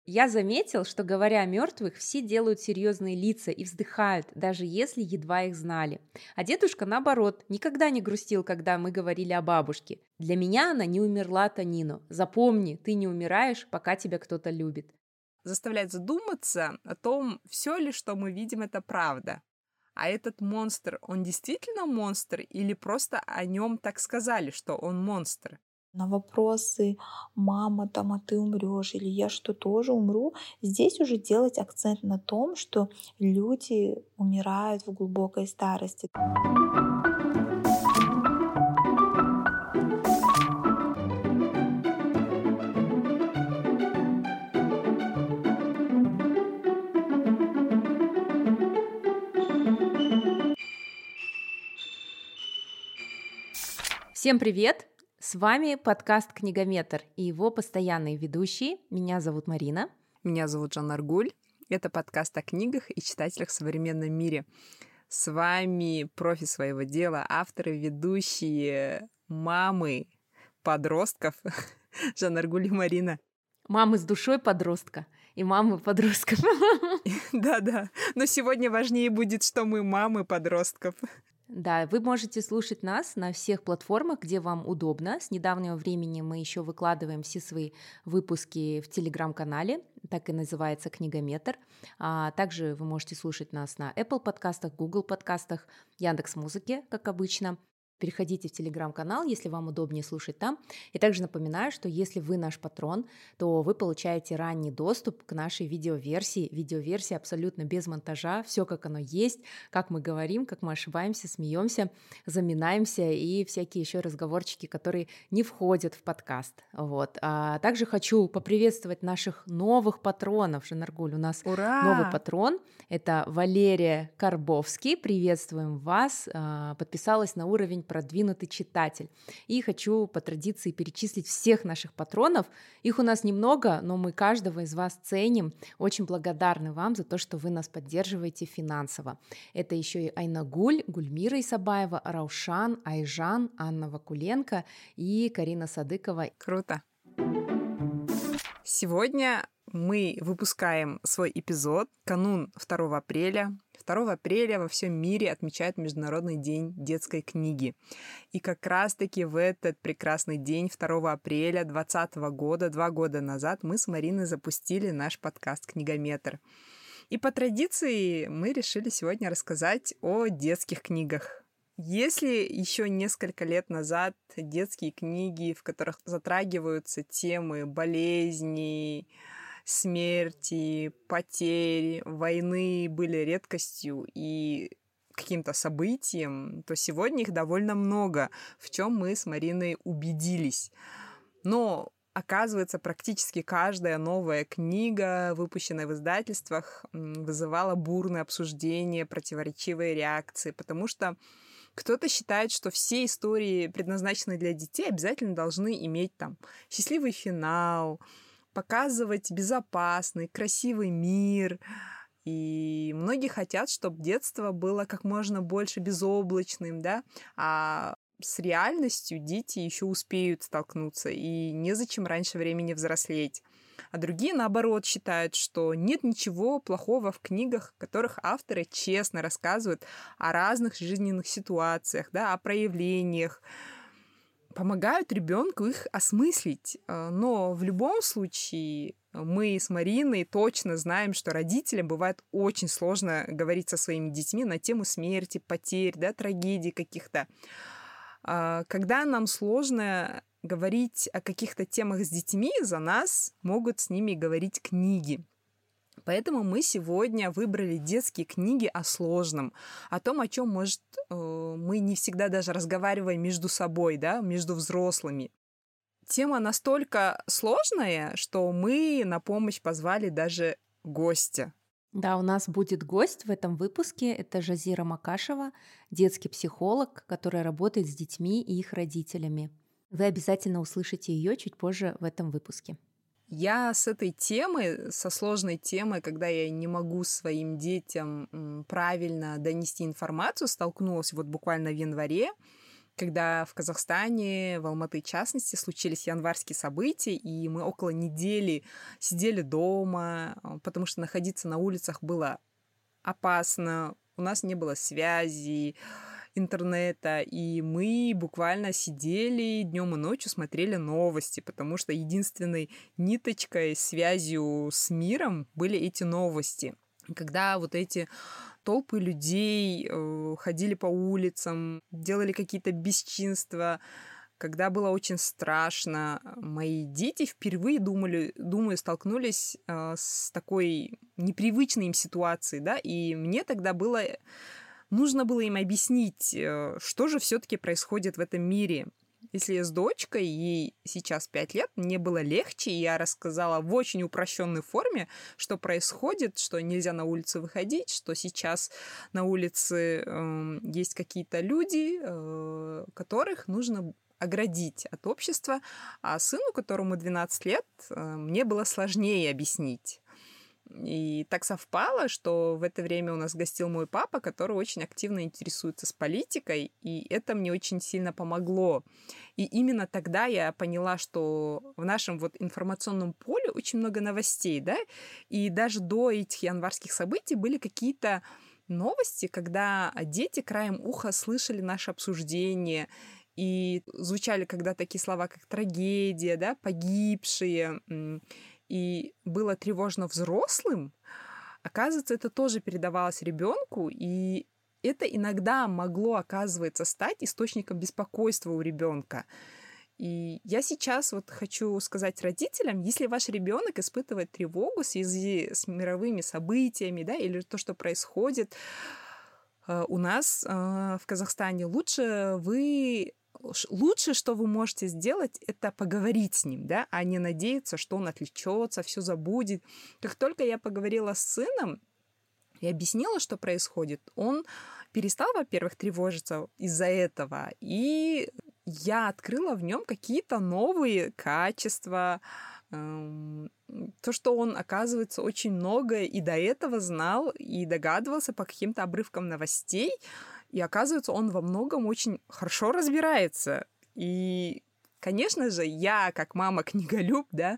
Я заметил, что, говоря о мертвых, все делают серьезные лица и вздыхают, даже если едва их знали. А дедушка, наоборот, никогда не грустил, когда мы говорили о бабушке. Для меня она не умерла, Танино. Запомни, ты не умираешь, пока тебя кто-то любит. Заставляет задуматься о том, все ли, что мы видим, это правда. А этот монстр, он действительно монстр или просто о нем так сказали, что он монстр? На вопросы «мама, там, а ты умрешь» или «я что, тоже умру», здесь уже делать акцент на том, что люди умирают в глубокой старости. Всем привет! С вами подкаст «Книгометр» и его постоянные ведущие. Меня зовут Марина. Меня зовут Жанна Аргуль. Это подкаст о книгах и читателях в современном мире. С вами профи своего дела, авторы, ведущие, мамы подростков Жанна Аргуль и Марина. Мамы с душой подростка и мамы подростков. Да-да, но сегодня важнее будет, что мы мамы подростков. Да, вы можете слушать нас на всех платформах, где вам удобно. С недавнего времени мы еще выкладываем все свои выпуски в телеграм-канале, так и называется «Книгометр». Также вы можете слушать нас на Apple подкастах, Google подкастах, Яндекс.Музыке, как обычно. Переходите в телеграм-канал, если вам удобнее слушать там. И также напоминаю, что если вы наш патрон, то вы получаете ранний доступ к нашей видеоверсии. Видеоверсия абсолютно без монтажа, все как оно есть, как мы говорим, как мы ошибаемся, смеемся, заминаемся и всякие еще разговорчики, которые не входят в подкаст. Вот. А также хочу поприветствовать наших новых патронов. Жанаргуль, у нас новый Ура! патрон. Это Валерия Карбовский. Приветствуем вас. Подписалась на уровень продвинутый читатель. И хочу по традиции перечислить всех наших патронов. Их у нас немного, но мы каждого из вас ценим. Очень благодарны вам за то, что вы нас поддерживаете финансово. Это еще и Айнагуль, Гульмира Исабаева, Раушан, Айжан, Анна Вакуленко и Карина Садыкова. Круто! Сегодня мы выпускаем свой эпизод канун 2 апреля. 2 апреля во всем мире отмечают Международный день детской книги. И как раз-таки в этот прекрасный день, 2 апреля 2020 года, 2 года назад, мы с Мариной запустили наш подкаст «Книгометр». И по традиции мы решили сегодня рассказать о детских книгах. Если еще несколько лет назад детские книги, в которых затрагиваются темы болезней, смерти, потерь, войны были редкостью и каким-то событием, то сегодня их довольно много, в чем мы с Мариной убедились. Но оказывается, практически каждая новая книга, выпущенная в издательствах, вызывала бурные обсуждения, противоречивые реакции, потому что кто-то считает, что все истории, предназначенные для детей, обязательно должны иметь там счастливый финал, показывать безопасный, красивый мир. И многие хотят, чтобы детство было как можно больше безоблачным, да, а с реальностью дети еще успеют столкнуться, и незачем раньше времени взрослеть. А другие, наоборот, считают, что нет ничего плохого в книгах, в которых авторы честно рассказывают о разных жизненных ситуациях, да, о проявлениях, помогают ребенку их осмыслить. Но в любом случае мы с Мариной точно знаем, что родителям бывает очень сложно говорить со своими детьми на тему смерти, потерь, да, трагедий каких-то. Когда нам сложно говорить о каких-то темах с детьми, за нас могут с ними говорить книги. Поэтому мы сегодня выбрали детские книги о сложном, о том, о чем, может, мы не всегда даже разговариваем между собой, да, между взрослыми. Тема настолько сложная, что мы на помощь позвали даже гостя. Да, у нас будет гость в этом выпуске. Это Жазира Макашева, детский психолог, которая работает с детьми и их родителями. Вы обязательно услышите ее чуть позже в этом выпуске. Я с этой темой, со сложной темой, когда я не могу своим детям правильно донести информацию, столкнулась вот буквально в январе. когда в Казахстане, в Алматы в частности, случились январские события, и мы около недели сидели дома, потому что находиться на улицах было опасно, у нас не было связи, интернета, и мы буквально сидели днем и ночью, смотрели новости, потому что единственной ниточкой, связью с миром были эти новости. Когда вот эти толпы людей ходили по улицам, делали какие-то бесчинства, когда было очень страшно, мои дети впервые, думаю, столкнулись с такой непривычной им ситуацией, да, и мне тогда нужно было им объяснить, что же все-таки происходит в этом мире. Если я с дочкой, ей сейчас 5 лет, мне было легче, и я рассказала в очень упрощенной форме, что происходит, что нельзя на улицу выходить, что сейчас на улице есть какие-то люди, которых нужно оградить от общества, а сыну, которому 12 лет, мне было сложнее объяснить. И так совпало, что в это время у нас гостил мой папа, который очень активно интересуется с политикой, и это мне очень сильно помогло. И именно тогда я поняла, что в нашем вот информационном поле очень много новостей, да, и даже до этих январских событий были какие-то новости, когда дети краем уха слышали наше обсуждение, и звучали когда такие слова, как трагедия, да, погибшие, и было тревожно взрослым, оказывается, это тоже передавалось ребенку, и это иногда могло, оказывается, стать источником беспокойства у ребенка. И я сейчас вот хочу сказать родителям, если ваш ребенок испытывает тревогу в связи с мировыми событиями, да, или то, что происходит у нас в Казахстане, лучше, что вы можете сделать, это поговорить с ним, да, а не надеяться, что он отвлечется, все забудет. Как только я поговорила с сыном и объяснила, что происходит, он перестал, во-первых, тревожиться из-за этого, и я открыла в нем какие-то новые качества, то, что он, оказывается, очень многое и до этого знал, и догадывался по каким-то обрывкам новостей, и, оказывается, он во многом очень хорошо разбирается. И, конечно же, я, как мама-книголюб, да,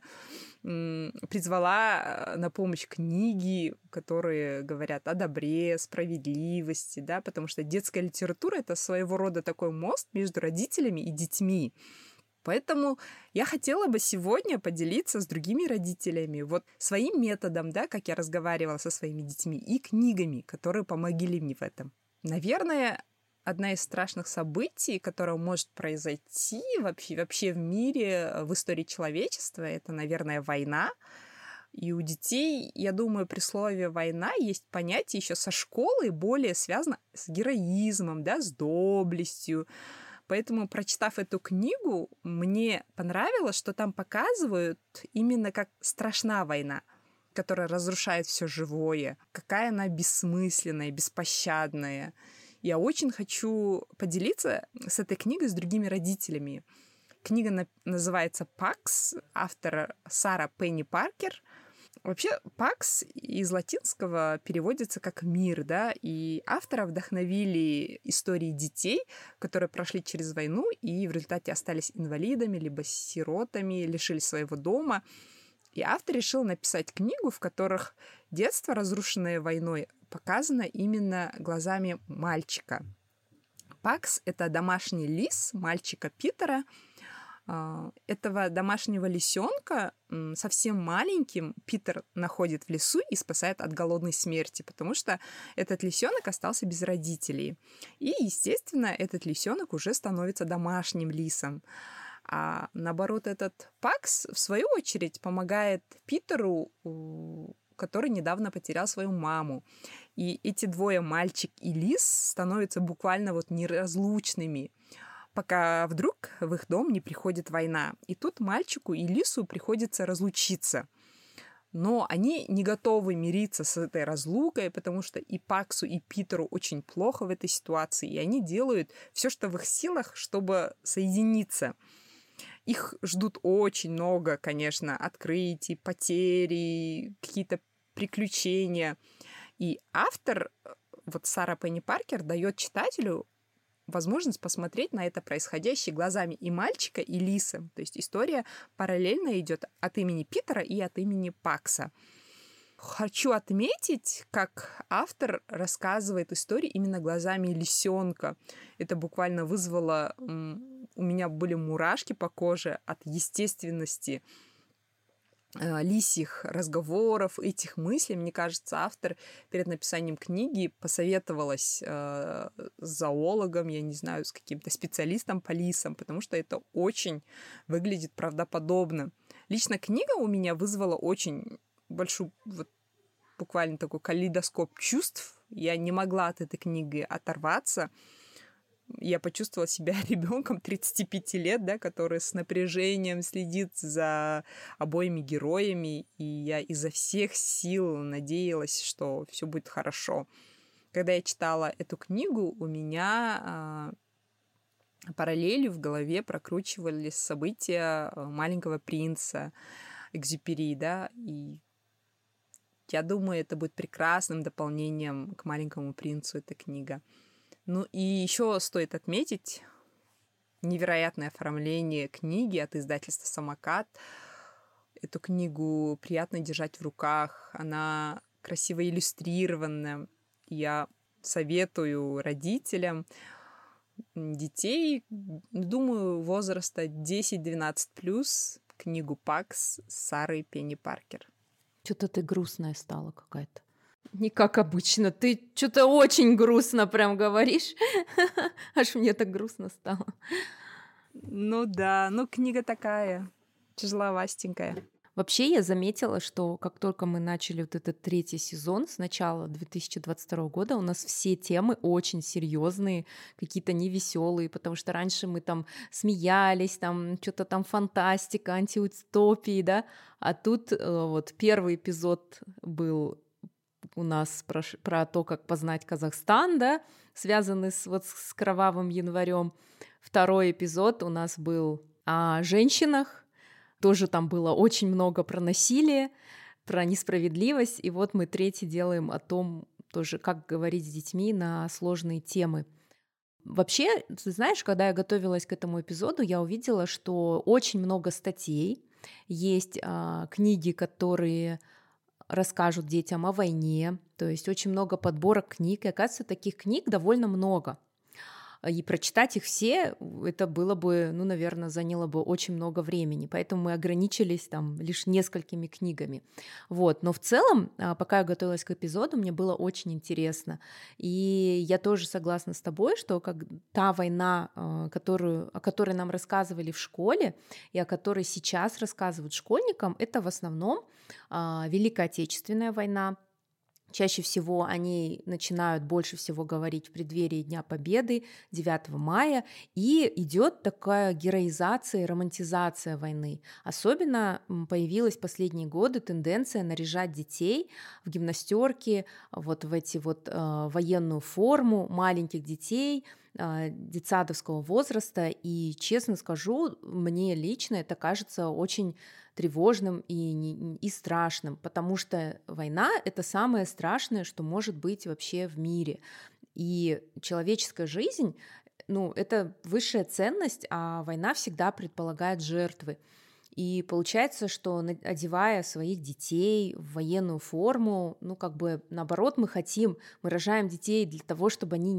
призвала на помощь книги, которые говорят о добре, справедливости, да, потому что детская литература — это своего рода такой мост между родителями и детьми. Поэтому я хотела бы сегодня поделиться с другими родителями вот своим методом, да, как я разговаривала со своими детьми, и книгами, которые помогли мне в этом. Наверное, одна из страшных событий, которая может произойти вообще в мире, в истории человечества, это, наверное, война. И у детей, я думаю, при слове «война» есть понятие еще со школы, более связано с героизмом, да, с доблестью. Поэтому, прочитав эту книгу, мне понравилось, что там показывают именно как страшна война, которая разрушает все живое, какая она бессмысленная, беспощадная. Я очень хочу поделиться с этой книгой с другими родителями. Книга называется «Пакс», автора Сара Пенни Паркер. Вообще, «Пакс» из латинского переводится как «мир», да, и автора вдохновили истории детей, которые прошли через войну и в результате остались инвалидами, либо сиротами, лишились своего дома. И автор решил написать книгу, в которых детство, разрушенное войной, показано именно глазами мальчика. Пакс — это домашний лис мальчика Питера. Этого домашнего лисенка совсем маленьким Питер находит в лесу и спасает от голодной смерти, потому что этот лисенок остался без родителей. И, естественно, этот лисенок уже становится домашним лисом. А наоборот, этот Пакс, в свою очередь, помогает Питеру, который недавно потерял свою маму. И эти двое, мальчик и лис, становятся буквально вот неразлучными, пока вдруг в их дом не приходит война. И тут мальчику и лису приходится разлучиться. Но они не готовы мириться с этой разлукой, потому что и Паксу, и Питеру очень плохо в этой ситуации, и они делают все, что в их силах, чтобы соединиться. Их ждут очень много, конечно, открытий, потерь, какие-то приключения. И автор, вот Сара Пенни Паркер, дает читателю возможность посмотреть на это происходящее глазами и мальчика, и Лисы. То есть история параллельно идет от имени Питера и от имени Пакса. Хочу отметить, как автор рассказывает историю именно глазами лисенка. Это буквально вызвало... У меня были мурашки по коже от естественности лисьих разговоров, этих мыслей. Мне кажется, автор перед написанием книги посоветовалась с зоологом, я не знаю, с каким-то специалистом по лисам, потому что это очень выглядит правдоподобно. Лично книга у меня вызвала очень большую, вот, буквально такой калейдоскоп чувств. Я не могла от этой книги оторваться. Я почувствовала себя ребенком 35 лет, да, который с напряжением следит за обоими героями, и я изо всех сил надеялась, что все будет хорошо. Когда я читала эту книгу, у меня параллелью в голове прокручивались события «Маленького принца» Экзюпери, да, и я думаю, это будет прекрасным дополнением к «Маленькому принцу» эта книга. Ну и еще стоит отметить невероятное оформление книги от издательства «Самокат». Эту книгу приятно держать в руках, она красиво иллюстрирована. Я советую родителям детей, думаю, возраста 10-12+, книгу «Пакс» Сары Пенни Паркер. Что-то ты грустная стала какая-то. Не как обычно. Ты что-то очень грустно прям говоришь. Аж мне так грустно стало. Ну да, книга такая, тяжеловастенькая. Вообще я заметила, что как только мы начали вот этот 3-й сезон с начала 2022 года, у нас все темы очень серьезные, какие-то невеселые, потому что раньше мы там смеялись, там что-то там фантастика, антиутопии, да, а тут вот первый эпизод был у нас про то, как познать Казахстан, да, связанный с кровавым январем. Второй эпизод у нас был о женщинах, тоже там было очень много про насилие, про несправедливость, и вот мы 3-й делаем о том, тоже как говорить с детьми на сложные темы. Вообще, ты знаешь, когда я готовилась к этому эпизоду, я увидела, что очень много статей, есть книги, которые расскажут детям о войне, то есть очень много подборок книг, и оказывается, таких книг довольно много. И прочитать их все, это было бы, наверное, заняло бы очень много времени, поэтому мы ограничились там лишь несколькими книгами. Вот. Но в целом, пока я готовилась к эпизоду, мне было очень интересно. И я тоже согласна с тобой, что как та война, о которой нам рассказывали в школе, и о которой сейчас рассказывают школьникам, это в основном Великая Отечественная война. Чаще всего они начинают больше всего говорить в преддверии Дня Победы, 9 мая, и идет такая героизация и романтизация войны. Особенно появилась в последние годы тенденция наряжать детей в гимнастерки, вот в эти вот военную форму маленьких детей, детсадовского возраста, и, честно скажу, мне лично это кажется очень тревожным и страшным, потому что война — это самое страшное, что может быть вообще в мире. И человеческая жизнь, это высшая ценность, а война всегда предполагает жертвы. И получается, что одевая своих детей в военную форму, наоборот, мы рожаем детей для того, чтобы они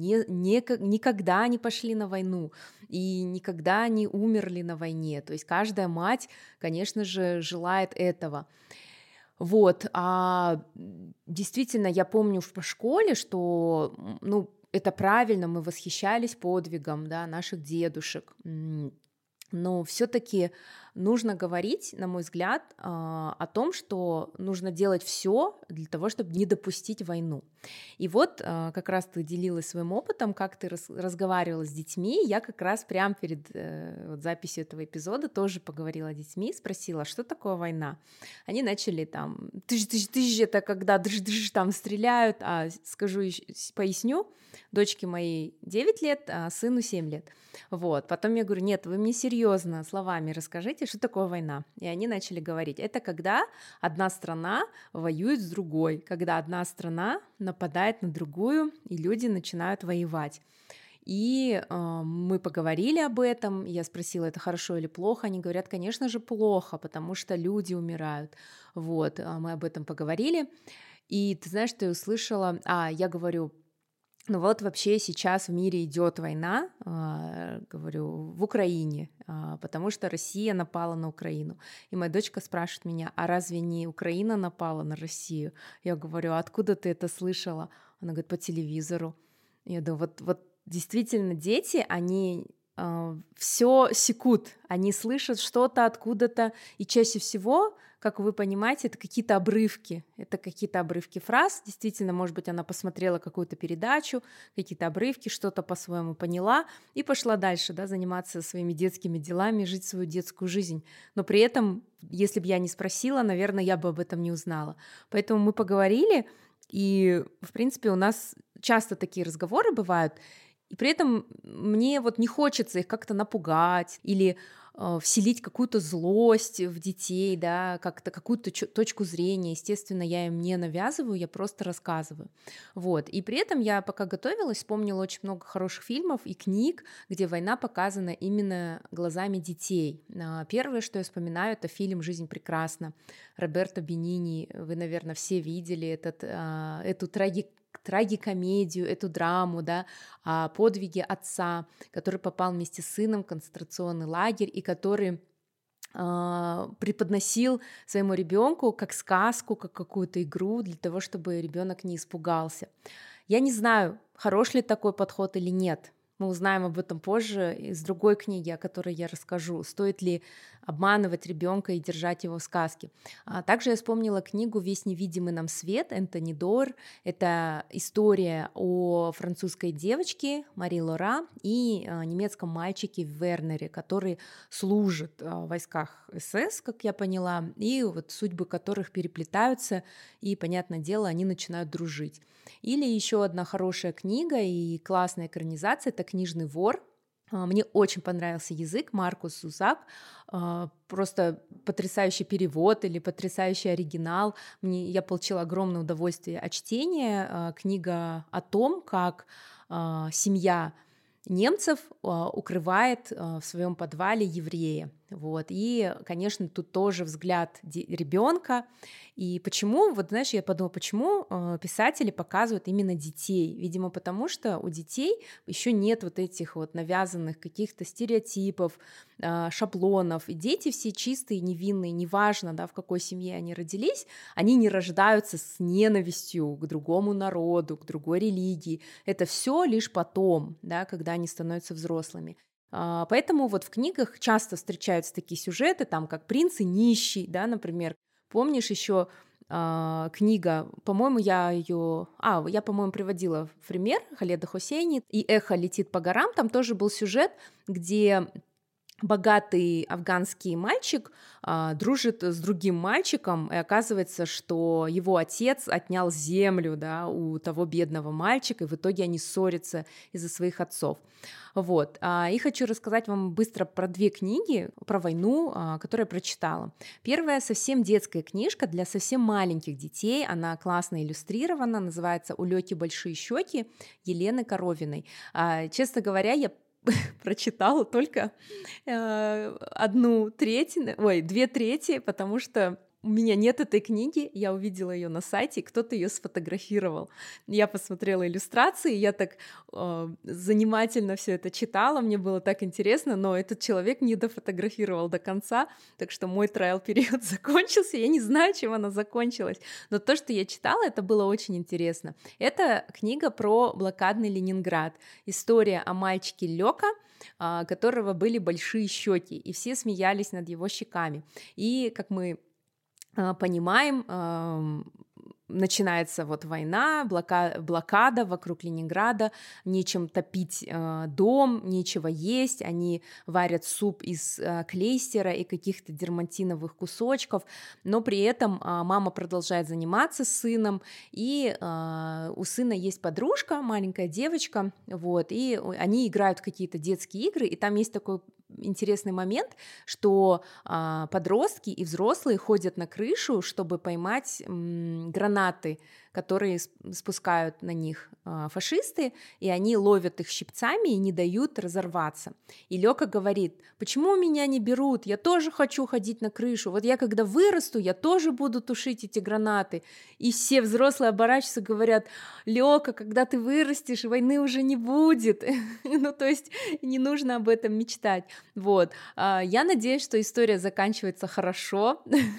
никогда не пошли на войну и никогда не умерли на войне. То есть каждая мать, конечно же, желает этого. Вот, а действительно, я помню в школе, что, это правильно, мы восхищались подвигом, да, наших дедушек, но все-таки нужно говорить, на мой взгляд, о том, что нужно делать все для того, чтобы не допустить войну. И вот как раз ты делилась своим опытом, как ты разговаривала с детьми. Я как раз прямо перед записью этого эпизода тоже поговорила с детьми, спросила, что такое война. Они начали там, тыщ, это когда там стреляют, поясню, дочке моей 9 лет, а сыну 7 лет. Вот. Потом я говорю, нет, вы мне серьезно словами расскажите, что такое война. И они начали говорить, это когда одна страна воюет с другой, когда одна страна нападает на другую, и люди начинают воевать. И мы поговорили об этом, я спросила, это хорошо или плохо, они говорят, конечно же, плохо, потому что люди умирают. Вот, мы об этом поговорили, и ты знаешь, что я услышала, я говорю, ну вот вообще сейчас в мире идет война, говорю, в Украине, потому что Россия напала на Украину. И моя дочка спрашивает меня, а разве не Украина напала на Россию? Я говорю, а откуда ты это слышала? Она говорит, по телевизору. Я думаю, вот действительно дети, они все секут, они слышат что-то откуда-то, и чаще всего, как вы понимаете, это какие-то обрывки фраз, действительно, может быть, она посмотрела какую-то передачу, какие-то обрывки, что-то по-своему поняла и пошла дальше, да, заниматься своими детскими делами, жить свою детскую жизнь, но при этом, если бы я не спросила, наверное, я бы об этом не узнала, поэтому мы поговорили, и, в принципе, у нас часто такие разговоры бывают, и при этом мне вот не хочется их как-то напугать или вселить какую-то злость в детей, да, как-то какую-то точку зрения. Естественно, я им не навязываю, я просто рассказываю. Вот. И при этом я, пока готовилась, вспомнила очень много хороших фильмов и книг, где война показана именно глазами детей. Первое, что я вспоминаю, это фильм «Жизнь прекрасна» Роберто Бенини. Вы, наверное, все видели эту трагикомедию, эту драму, да, о подвиге отца, который попал вместе с сыном в концентрационный лагерь и который преподносил своему ребенку как сказку, как какую-то игру для того, чтобы ребенок не испугался. Я не знаю, хорош ли такой подход или нет. Мы узнаем об этом позже из другой книги, о которой я расскажу. Стоит ли обманывать ребенка и держать его в сказке. Также я вспомнила книгу «Весь невидимый нам свет» Энтони Дор. Это история о французской девочке Мари Лора и немецком мальчике Вернере, который служит в войсках СС, как я поняла, и вот судьбы которых переплетаются, и, понятное дело, они начинают дружить. Или еще одна хорошая книга и классная экранизация — это «Книжный вор». Мне очень понравился язык, Маркус Зузак, просто потрясающий перевод или потрясающий оригинал. Я получила огромное удовольствие от чтения. Книга о том, как семья немцев укрывает в своем подвале еврея. Вот. И, конечно, тут тоже взгляд ребенка. И почему, вот знаешь, я подумала, почему писатели показывают именно детей? Видимо, потому что у детей еще нет вот этих вот навязанных каких-то стереотипов, шаблонов. И дети все чистые, невинные, неважно, да, в какой семье они родились, они не рождаются с ненавистью к другому народу, к другой религии. Это все лишь потом, да, когда они становятся взрослыми. Поэтому вот в книгах часто встречаются такие сюжеты, там как «Принц и нищий», да, например. Помнишь еще книга, по-моему, я, по-моему, приводила в пример Халеда Хосейни и «Эхо летит по горам», там тоже был сюжет, где богатый афганский мальчик дружит с другим мальчиком, и оказывается, что его отец отнял землю, да, у того бедного мальчика, и в итоге они ссорятся из-за своих отцов. Вот. И хочу рассказать вам быстро про две книги про войну, которые я прочитала. Первая совсем детская книжка для совсем маленьких детей, она классно иллюстрирована, называется «У Лёки большие щеки» Елены Коровиной. Честно говоря, я прочитала только 2/3, потому что у меня нет этой книги, я увидела ее на сайте, и кто-то ее сфотографировал. Я посмотрела иллюстрации, я так занимательно все это читала, мне было так интересно, но этот человек не дофотографировал до конца, так что мой трайл-период закончился, я не знаю, чем она закончилась, но то, что я читала, это было очень интересно. Это книга про блокадный Ленинград, история о мальчике Лёка, у которого были большие щеки, и все смеялись над его щеками. И, как мы понимаем, начинается вот война, блокада вокруг Ленинграда, нечем топить дом, нечего есть, они варят суп из клейстера и каких-то дермантиновых кусочков, но при этом мама продолжает заниматься с сыном, и у сына есть подружка, маленькая девочка, вот, и они играют в какие-то детские игры, и там есть такой интересный момент, что подростки и взрослые ходят на крышу, чтобы поймать гранаты, которые спускают на них фашисты, и они ловят их щипцами и не дают разорваться. И Лёка говорит: почему меня не берут? Я тоже хочу ходить на крышу. Вот я когда вырасту, я тоже буду тушить эти гранаты. И все взрослые оборачиваются и говорят: Лёка, когда ты вырастешь, войны уже не будет. Ну, то есть не нужно об этом мечтать. Вот. Я надеюсь, что история заканчивается хорошо.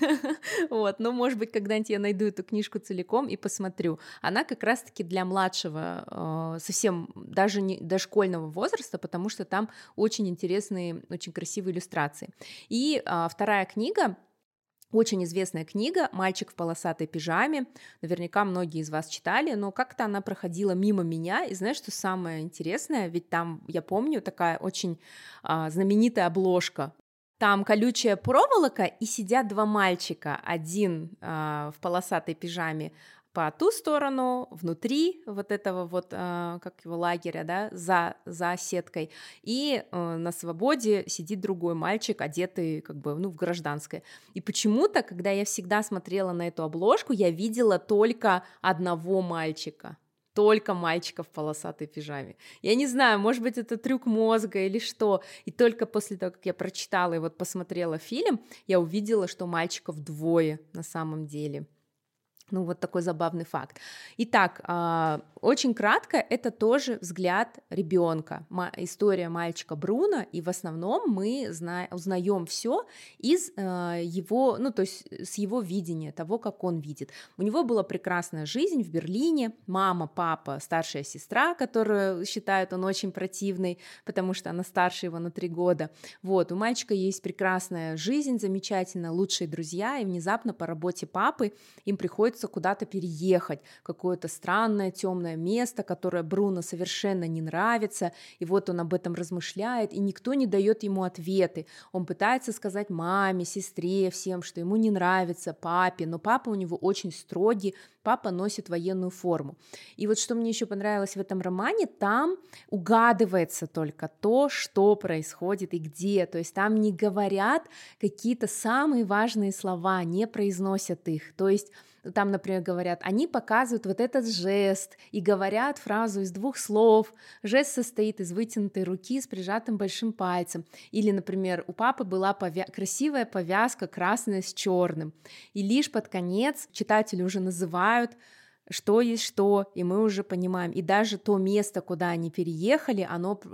Вот. Но, может быть, когда-нибудь я найду эту книжку целиком и посмотрю. Она как раз-таки для младшего, совсем даже не дошкольного возраста, потому что там очень интересные, очень красивые иллюстрации. И вторая книга, очень известная книга «Мальчик в полосатой пижаме». Наверняка многие из вас читали, но как-то она проходила мимо меня. И знаешь, что самое интересное? Ведь там, я помню, такая очень знаменитая обложка. Там колючая проволока, и сидят два мальчика. Один в полосатой пижаме по ту сторону, внутри вот этого вот, как его, лагеря, да, за сеткой, и на свободе сидит другой мальчик, одетый как бы, ну, в гражданское. И почему-то, когда я всегда смотрела на эту обложку, я видела только одного мальчика. Только мальчика в полосатой пижаме. Я не знаю, может быть, это трюк мозга или что. И только после того, как я прочитала и вот посмотрела фильм, я увидела, что мальчиков двое на самом деле. Ну, вот такой забавный факт. Итак, очень кратко, это тоже взгляд ребенка, история мальчика Бруно, и в основном мы узнаем все из его, ну, то есть с его видения, того, как он видит. У него была прекрасная жизнь в Берлине, мама, папа, старшая сестра, которую считает он очень противной, потому что она старше его на 3 года. Вот, у мальчика есть прекрасная жизнь, замечательная, лучшие друзья, и внезапно по работе папы им приходится куда-то переехать, какое-то странное темное место, которое Бруно совершенно не нравится, и вот он об этом размышляет, и никто не дает ему ответы. Он пытается сказать маме, сестре, всем, что ему не нравится, папе, но папа у него очень строгий, папа носит военную форму. И вот что мне еще понравилось в этом романе, там угадывается только то, что происходит и где, то есть там не говорят какие-то самые важные слова, не произносят их, то есть там, например, говорят, они показывают вот этот жест и говорят фразу из 2 слов. Жест состоит из вытянутой руки с прижатым большим пальцем. Или, например, у папы была красивая повязка красная с черным. И лишь под конец читатели уже называют, что есть что, и мы уже понимаем. И даже то место, куда они переехали,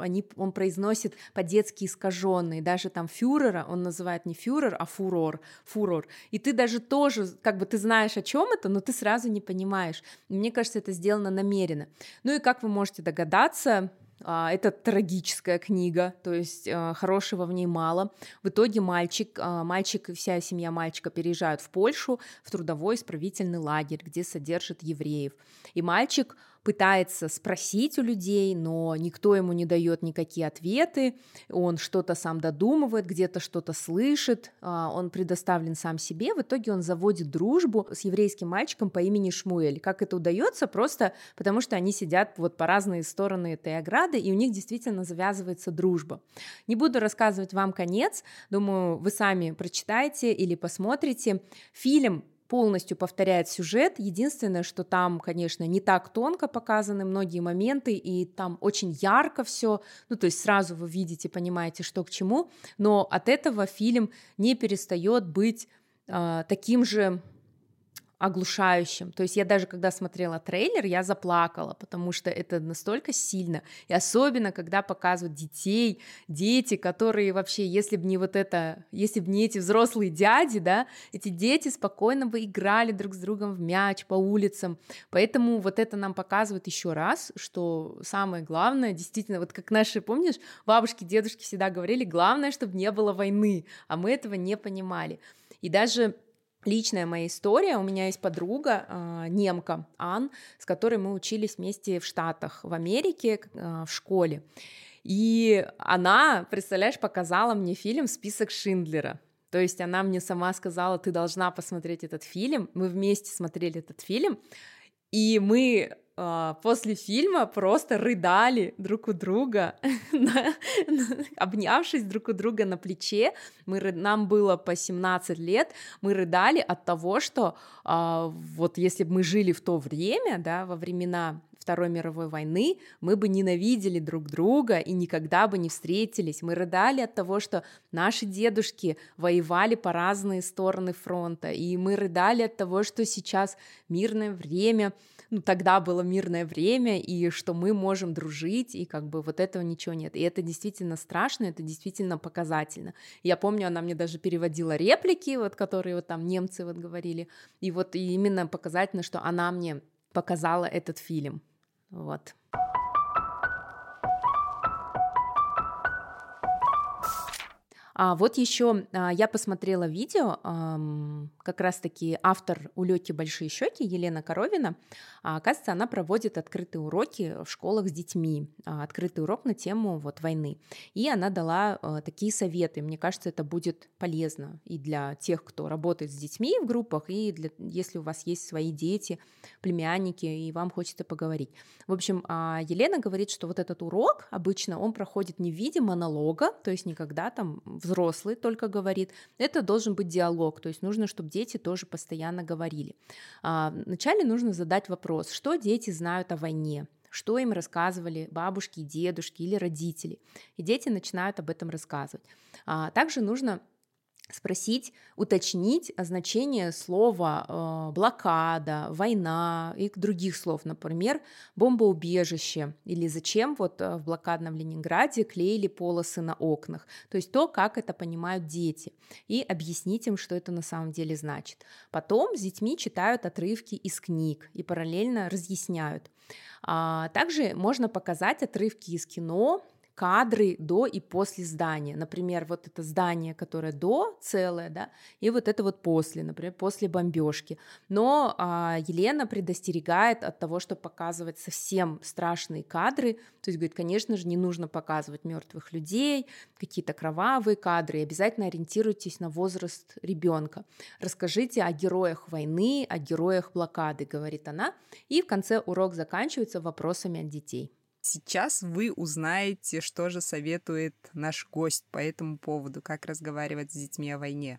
он произносит по-детски искаженно. И даже там фюрера он называет не фюрер, а фурор. И ты даже тоже, как бы ты знаешь, о чем это, но ты сразу не понимаешь. И мне кажется, это сделано намеренно. Ну и как вы можете догадаться, это трагическая книга, то есть хорошего в ней мало. В итоге мальчик и вся семья мальчика переезжают в Польшу, в трудовой исправительный лагерь, где содержат евреев. И мальчик пытается спросить у людей, но никто ему не дает никакие ответы, он что-то сам додумывает, где-то что-то слышит, он предоставлен сам себе, в итоге он заводит дружбу с еврейским мальчиком по имени Шмуэль. Как это удается? Просто потому что они сидят вот по разные стороны этой ограды, и у них действительно завязывается дружба. Не буду рассказывать вам конец, думаю, вы сами прочитаете или посмотрите. Фильм полностью повторяет сюжет. Единственное, что там, конечно, не так тонко показаны многие моменты, и там очень ярко все. Ну, то есть сразу вы видите, понимаете, что к чему. Но от этого фильм не перестает быть таким же оглушающим. То есть я даже когда смотрела трейлер, я заплакала, потому что это настолько сильно. И особенно, когда показывают детей, дети, которые вообще, если бы не эти взрослые дяди, да, эти дети спокойно бы играли друг с другом в мяч по улицам. Поэтому вот это нам показывает еще раз, что самое главное, действительно, вот как наши, помнишь, бабушки, дедушки всегда говорили, главное, чтобы не было войны, а мы этого не понимали. И даже личная моя история. У меня есть подруга, немка Ан, с которой мы учились вместе в Штатах, в Америке, в школе. И она, представляешь, показала мне фильм «Список Шиндлера». То есть она мне сама сказала, ты должна посмотреть этот фильм. Мы вместе смотрели этот фильм, и мы после фильма просто рыдали друг у друга, обнявшись друг у друга на плече. Нам было по 17 лет, мы рыдали от того, что вот если бы мы жили в то время, да, во времена Второй мировой войны, мы бы ненавидели друг друга и никогда бы не встретились. Мы рыдали от того, что наши дедушки воевали по разные стороны фронта, и мы рыдали от того, что сейчас мирное время, тогда было мирное время, и что мы можем дружить, и как бы вот этого ничего нет. И это действительно страшно, это действительно показательно. Я помню, она мне даже переводила реплики, вот, которые вот там немцы вот говорили, и вот и именно показательно, что она мне показала этот фильм. Вот. Вот еще я посмотрела видео, как раз-таки автор «Улётки большие щеки» Елена Коровина, оказывается, она проводит открытые уроки в школах с детьми, открытый урок на тему вот войны, и она дала такие советы, мне кажется, это будет полезно и для тех, кто работает с детьми в группах, и если у вас есть свои дети, племянники, и вам хочется поговорить. В общем, Елена говорит, что вот этот урок обычно он проходит не в виде монолога, то есть никогда там взрослый только говорит, это должен быть диалог, то есть нужно, чтобы дети тоже постоянно говорили. Вначале нужно задать вопрос, что дети знают о войне, что им рассказывали бабушки, дедушки или родители, и дети начинают об этом рассказывать. Также нужно спросить, уточнить значение слова блокада, война и других слов, например, бомбоубежище или зачем вот в блокадном Ленинграде клеили полосы на окнах, то есть то, как это понимают дети, и объяснить им, что это на самом деле значит. Потом с детьми читают отрывки из книг и параллельно разъясняют. Также можно показать отрывки из кино, кадры до и после здания. Например, вот это здание, которое до целое, да, и вот это вот после, например, после бомбежки. Но Елена предостерегает от того, чтобы показывать совсем страшные кадры. То есть, говорит, конечно же, не нужно показывать мертвых людей, какие-то кровавые кадры. И обязательно ориентируйтесь на возраст ребенка. Расскажите о героях войны, о героях блокады, говорит она. И в конце урок заканчивается вопросами от детей. Сейчас вы узнаете, что же советует наш гость по этому поводу, как разговаривать с детьми о войне.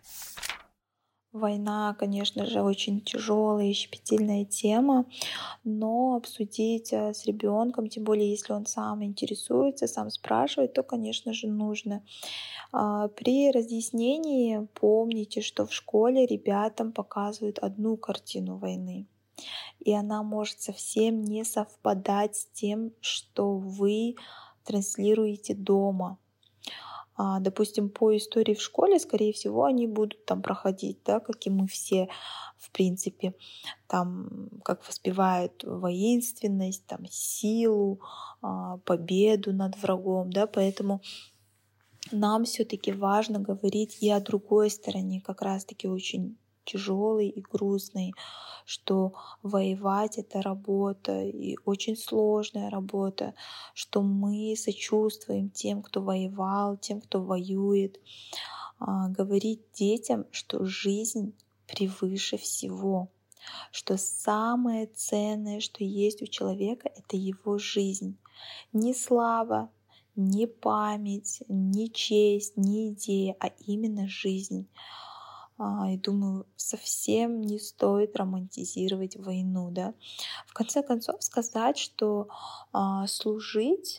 Война, конечно же, очень тяжелая и щепетильная тема, но обсудить с ребенком, тем более если он сам интересуется, сам спрашивает, то, конечно же, нужно. При разъяснении помните, что в школе ребятам показывают одну картину войны. И она может совсем не совпадать с тем, что вы транслируете дома. Допустим, по истории в школе, скорее всего, они будут там проходить, да, как и мы все, в принципе, там, как воспевают воинственность, там, силу, победу над врагом, да, поэтому нам все-таки важно говорить и о другой стороне, как раз-таки очень тяжелый и грустный, что воевать — это работа, и очень сложная работа, что мы сочувствуем тем, кто воевал, тем, кто воюет. Говорить детям, что жизнь превыше всего, что самое ценное, что есть у человека, это его жизнь. Не слава, не память, не честь, не идея, а именно жизнь. И думаю, совсем не стоит романтизировать войну, да. В конце концов, сказать, что служить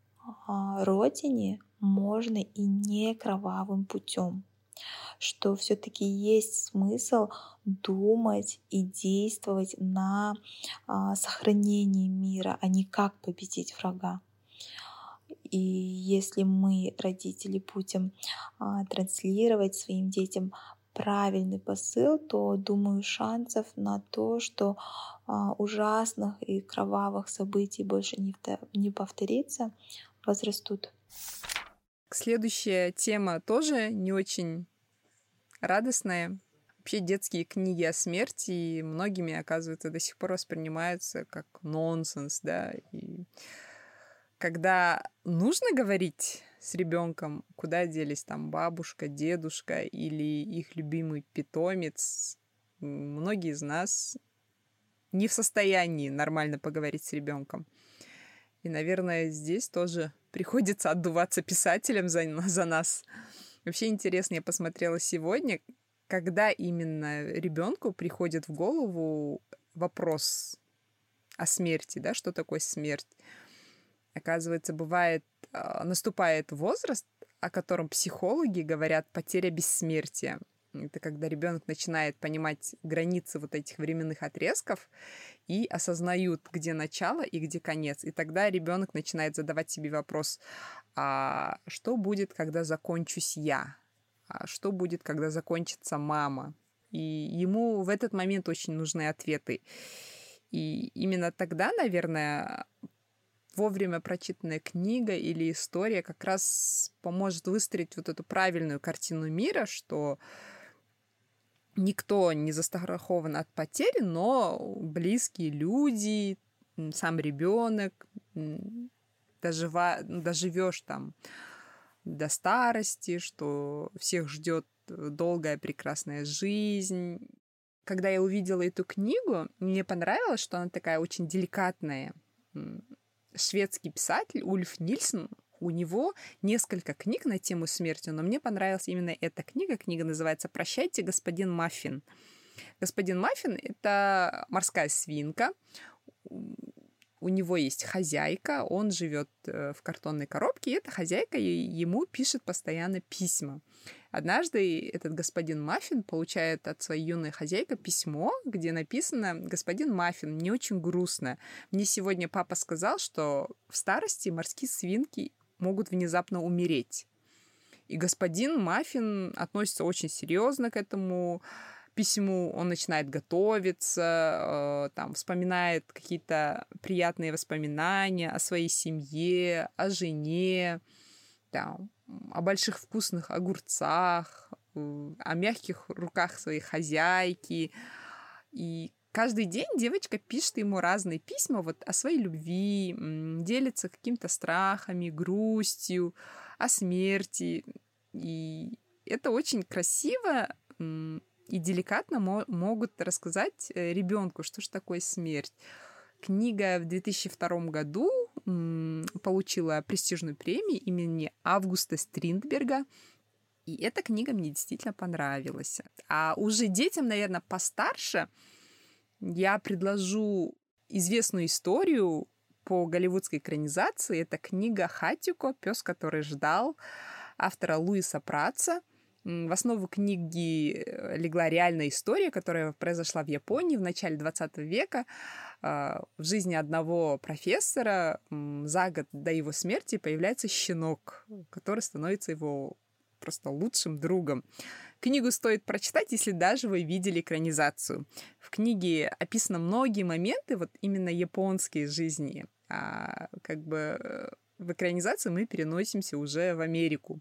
Родине можно и не кровавым путем, что все-таки есть смысл думать и действовать на сохранение мира, а не как победить врага. И если мы, родители, будем транслировать своим детям правильный посыл, то, думаю, шансов на то, что ужасных и кровавых событий больше не повторится, возрастут. Следующая тема тоже не очень радостная. Вообще детские книги о смерти многими, оказывается, до сих пор воспринимаются как нонсенс, да. И когда нужно говорить с ребенком, куда делись там бабушка, дедушка или их любимый питомец, многие из нас не в состоянии нормально поговорить с ребенком. И, наверное, здесь тоже приходится отдуваться писателям за нас. Вообще интересно, я посмотрела сегодня, когда именно ребенку приходит в голову вопрос о смерти, да, что такое смерть. Оказывается, наступает возраст, о котором психологи говорят потеря бессмертия. Это когда ребенок начинает понимать границы вот этих временных отрезков и осознают, где начало и где конец. И тогда ребенок начинает задавать себе вопрос: а что будет, когда закончусь я? А что будет, когда закончится мама? И ему в этот момент очень нужны ответы. И именно тогда, наверное, вовремя прочитанная книга или история как раз поможет выстроить вот эту правильную картину мира, что никто не застрахован от потери, но близкие люди, сам ребенок, доживешь там до старости, что всех ждет долгая прекрасная жизнь. Когда я увидела эту книгу, мне понравилось, что она такая очень деликатная. Шведский писатель Ульф Нильсон, у него несколько книг на тему смерти, но мне понравилась именно эта книга. Книга называется «Прощайте, господин Маффин». Господин Маффин — это морская свинка. У него есть хозяйка, он живет в картонной коробке, и эта хозяйка ему пишет постоянно письма. Однажды этот господин Маффин получает от своей юной хозяйки письмо, где написано: «Господин Маффин, мне очень грустно. Мне сегодня папа сказал, что в старости морские свинки могут внезапно умереть». И господин Маффин относится очень серьезно к этому письму, он начинает готовиться, там, вспоминает какие-то приятные воспоминания о своей семье, о жене, там, о больших вкусных огурцах, о мягких руках своей хозяйки. И каждый день девочка пишет ему разные письма вот о своей любви, делится какими-то страхами, грустью, о смерти. И это очень красиво и деликатно могут рассказать ребенку, что же такое смерть. Книга в 2002 году получила престижную премию имени Августа Стриндберга. И эта книга мне действительно понравилась. А уже детям, наверное, постарше я предложу известную историю по голливудской экранизации. Это книга «Хатико. Пес, который ждал», автора Луиса Пратца. В основу книги легла реальная история, которая произошла в Японии в начале 20 века. В жизни одного профессора за год до его смерти появляется щенок, который становится его просто лучшим другом. Книгу стоит прочитать, если даже вы видели экранизацию. В книге описаны многие моменты, вот именно японские жизни. А как бы в экранизации мы переносимся уже в Америку.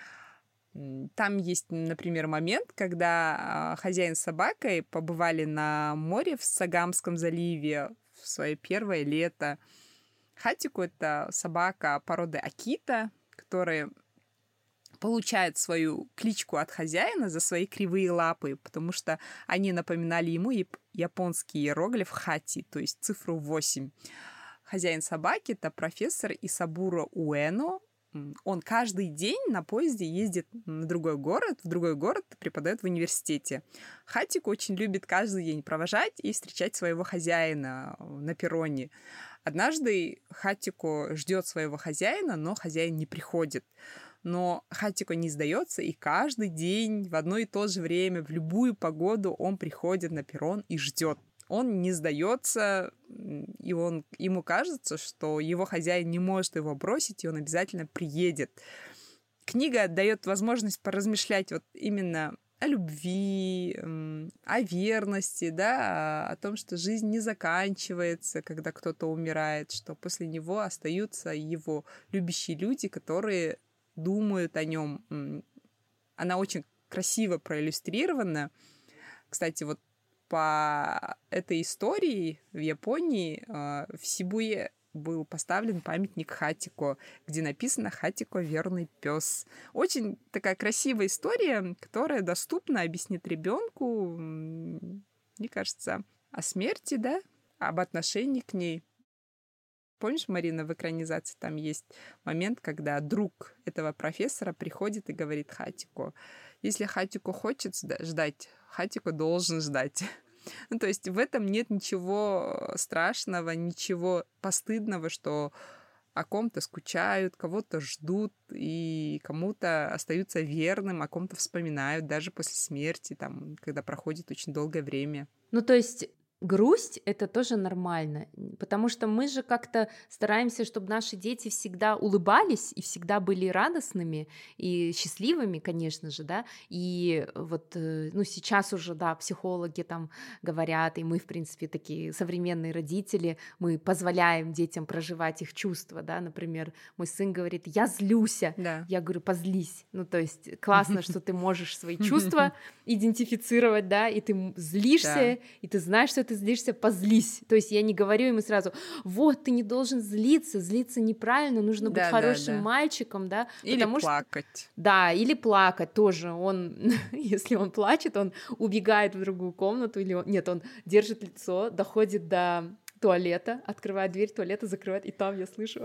Там есть, например, момент, когда хозяин с собакой побывали на море в Сагамском заливе в свое первое лето. Хатико — это собака породы Акита, которая получает свою кличку от хозяина за свои кривые лапы, потому что они напоминали ему японский иероглиф хати, то есть цифру 8. Хозяин собаки — это профессор Исабуро Уэно. Он каждый день на поезде ездит в другой город преподает в университете. Хатико очень любит каждый день провожать и встречать своего хозяина на перроне. Однажды Хатико ждет своего хозяина, но хозяин не приходит. Но Хатико не сдается, и каждый день в одно и то же время, в любую погоду он приходит на перрон и ждет. Он не сдается, и ему кажется, что его хозяин не может его бросить, и он обязательно приедет. Книга дает возможность поразмышлять вот именно о любви, о верности, да, о том, что жизнь не заканчивается, когда кто-то умирает, что после него остаются его любящие люди, которые думают о нем. Она очень красиво проиллюстрирована. Кстати, вот по этой истории в Японии в Сибуе был поставлен памятник Хатико, где написано «Хатико — верный пес». Очень такая красивая история, которая доступна, объяснит ребенку, мне кажется, о смерти, да, об отношении к ней. Помнишь, Марина, в экранизации там есть момент, когда друг этого профессора приходит и говорит Хатико: если Хатико хочет ждать, Хатико должен ждать. Ну, то есть в этом нет ничего страшного, ничего постыдного, что о ком-то скучают, кого-то ждут и кому-то остаются верным, о ком-то вспоминают даже после смерти, там, когда проходит очень долгое время. Ну, то есть грусть — это тоже нормально, потому что мы же как-то стараемся, чтобы наши дети всегда улыбались и всегда были радостными и счастливыми, конечно же, да, и вот, ну, сейчас уже, да, психологи там говорят, и мы, в принципе, такие современные родители, мы позволяем детям проживать их чувства, да, например, мой сын говорит: я злюся, Да. я говорю: позлись, ну, то есть классно, что ты можешь свои чувства идентифицировать, да, и ты злишься, и ты знаешь, что ты злишься, позлись. То есть я не говорю ему сразу: вот, ты не должен злиться, злиться неправильно, нужно быть хорошим мальчиком, да. Или плакать. Да, или плакать тоже. Он, если он плачет, он убегает в другую комнату, или он держит лицо, доходит до туалета, открывает дверь туалета, закрывает, и там я слышу: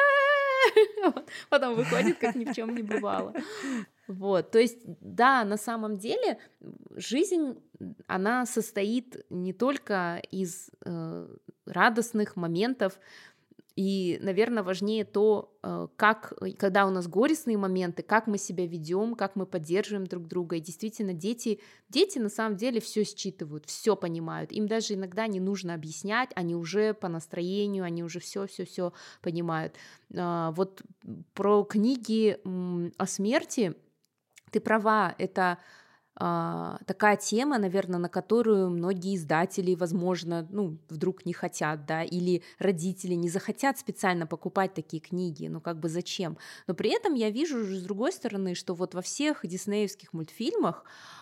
потом выходит, как ни в чем не бывало. Вот, то есть, да, на самом деле жизнь, она состоит не только из радостных моментов, и, наверное, важнее то, как, когда у нас горестные моменты, как мы себя ведем, как мы поддерживаем друг друга. И действительно, дети на самом деле все считывают, все понимают. Им даже иногда не нужно объяснять, они уже по настроению, они уже все понимают. Вот про книги о смерти ты права, это такая тема, наверное, на которую многие издатели, возможно, ну, вдруг не хотят, да, или родители не захотят специально покупать такие книги, ну, как бы зачем? Но при этом я вижу, с другой стороны, что вот во всех диснеевских мультфильмах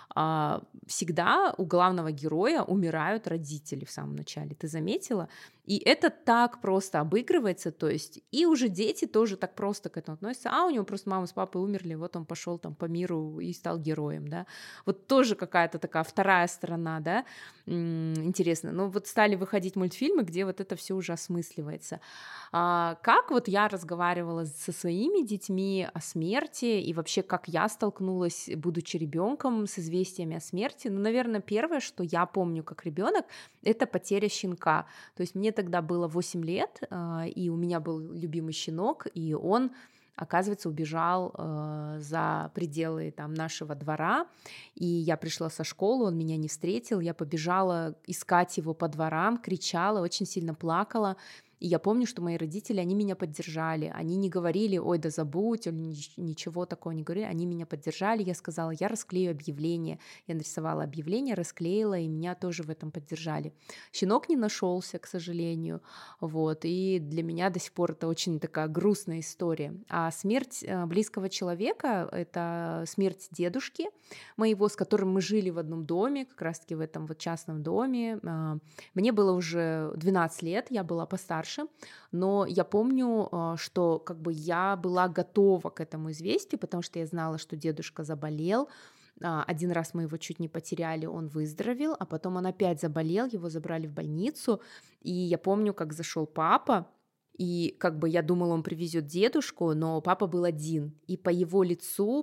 всегда у главного героя умирают родители в самом начале, ты заметила? И это так просто обыгрывается, то есть и уже дети тоже так просто к этому относятся, у него просто мама с папой умерли, вот он пошел там по миру и стал героем, да, вот тоже какая-то такая вторая сторона, да, интересно, но вот стали выходить мультфильмы, где вот это все уже осмысливается. Как вот я разговаривала со своими детьми о смерти и вообще как я столкнулась, будучи ребенком, с известиями о смерти, ну, наверное, первое, что я помню как ребенок, это потеря щенка, то есть мне тогда было 8 лет, и у меня был любимый щенок, и он, оказывается, убежал за пределы там нашего двора, и я пришла со школы, он меня не встретил, я побежала искать его по дворам, кричала, очень сильно плакала. И я помню, что мои родители, они меня поддержали, они не говорили: ой, да забудь, или ничего такого не говорили, они меня поддержали, я сказала: я расклею объявление, я нарисовала объявление, расклеила, и меня тоже в этом поддержали. Щенок не нашелся, к сожалению, вот, и для меня до сих пор это очень такая грустная история. А смерть близкого человека — это смерть дедушки моего, с которым мы жили в одном доме, как раз-таки в этом вот частном доме. Мне было уже 12 лет, я была постарше, но я помню, что как бы я была готова к этому известию, потому что я знала, что дедушка заболел. Один раз мы его чуть не потеряли, он выздоровел, а потом он опять заболел, его забрали в больницу, и я помню, как зашел папа, и как бы я думала, он привезет дедушку, но папа был один, и по его лицу,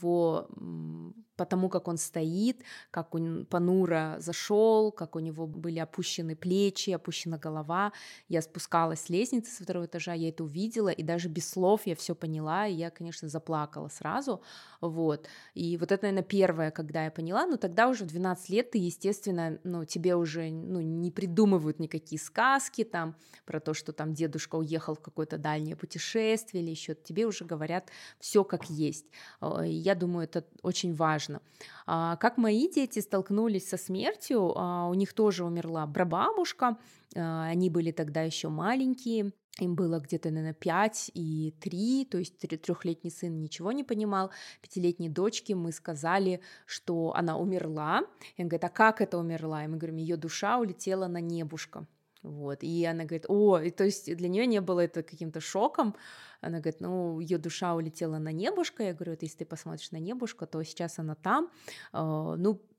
по тому, как он стоит, как он понуро зашел, как у него были опущены плечи, опущена голова. Я спускалась с лестницы со 2-го этажа, я это увидела, и даже без слов я все поняла, и я, конечно, заплакала сразу, вот. И вот это, наверное, первое, когда я поняла, но тогда уже в 12 лет ты, естественно, ну, тебе уже, ну, не придумывают никакие сказки там про то, что там дедушка уехал в какое-то дальнее путешествие или еще, тебе уже говорят все как есть. Я думаю, это очень важно. Как мои дети столкнулись со смертью, у них тоже умерла прабабушка, они были тогда еще маленькие, им было где-то, наверное, 5 и 3, то есть 3-летний сын ничего не понимал, 5-летней дочке мы сказали, что она умерла, и он говорит: а как это умерла? И мы говорим: ее душа улетела на небушко. Вот. И она говорит: и то есть для нее не было это каким-то шоком. Она говорит: ну, ее душа улетела на небушко. Я говорю: вот если ты посмотришь на небушко, то сейчас она там. Ну,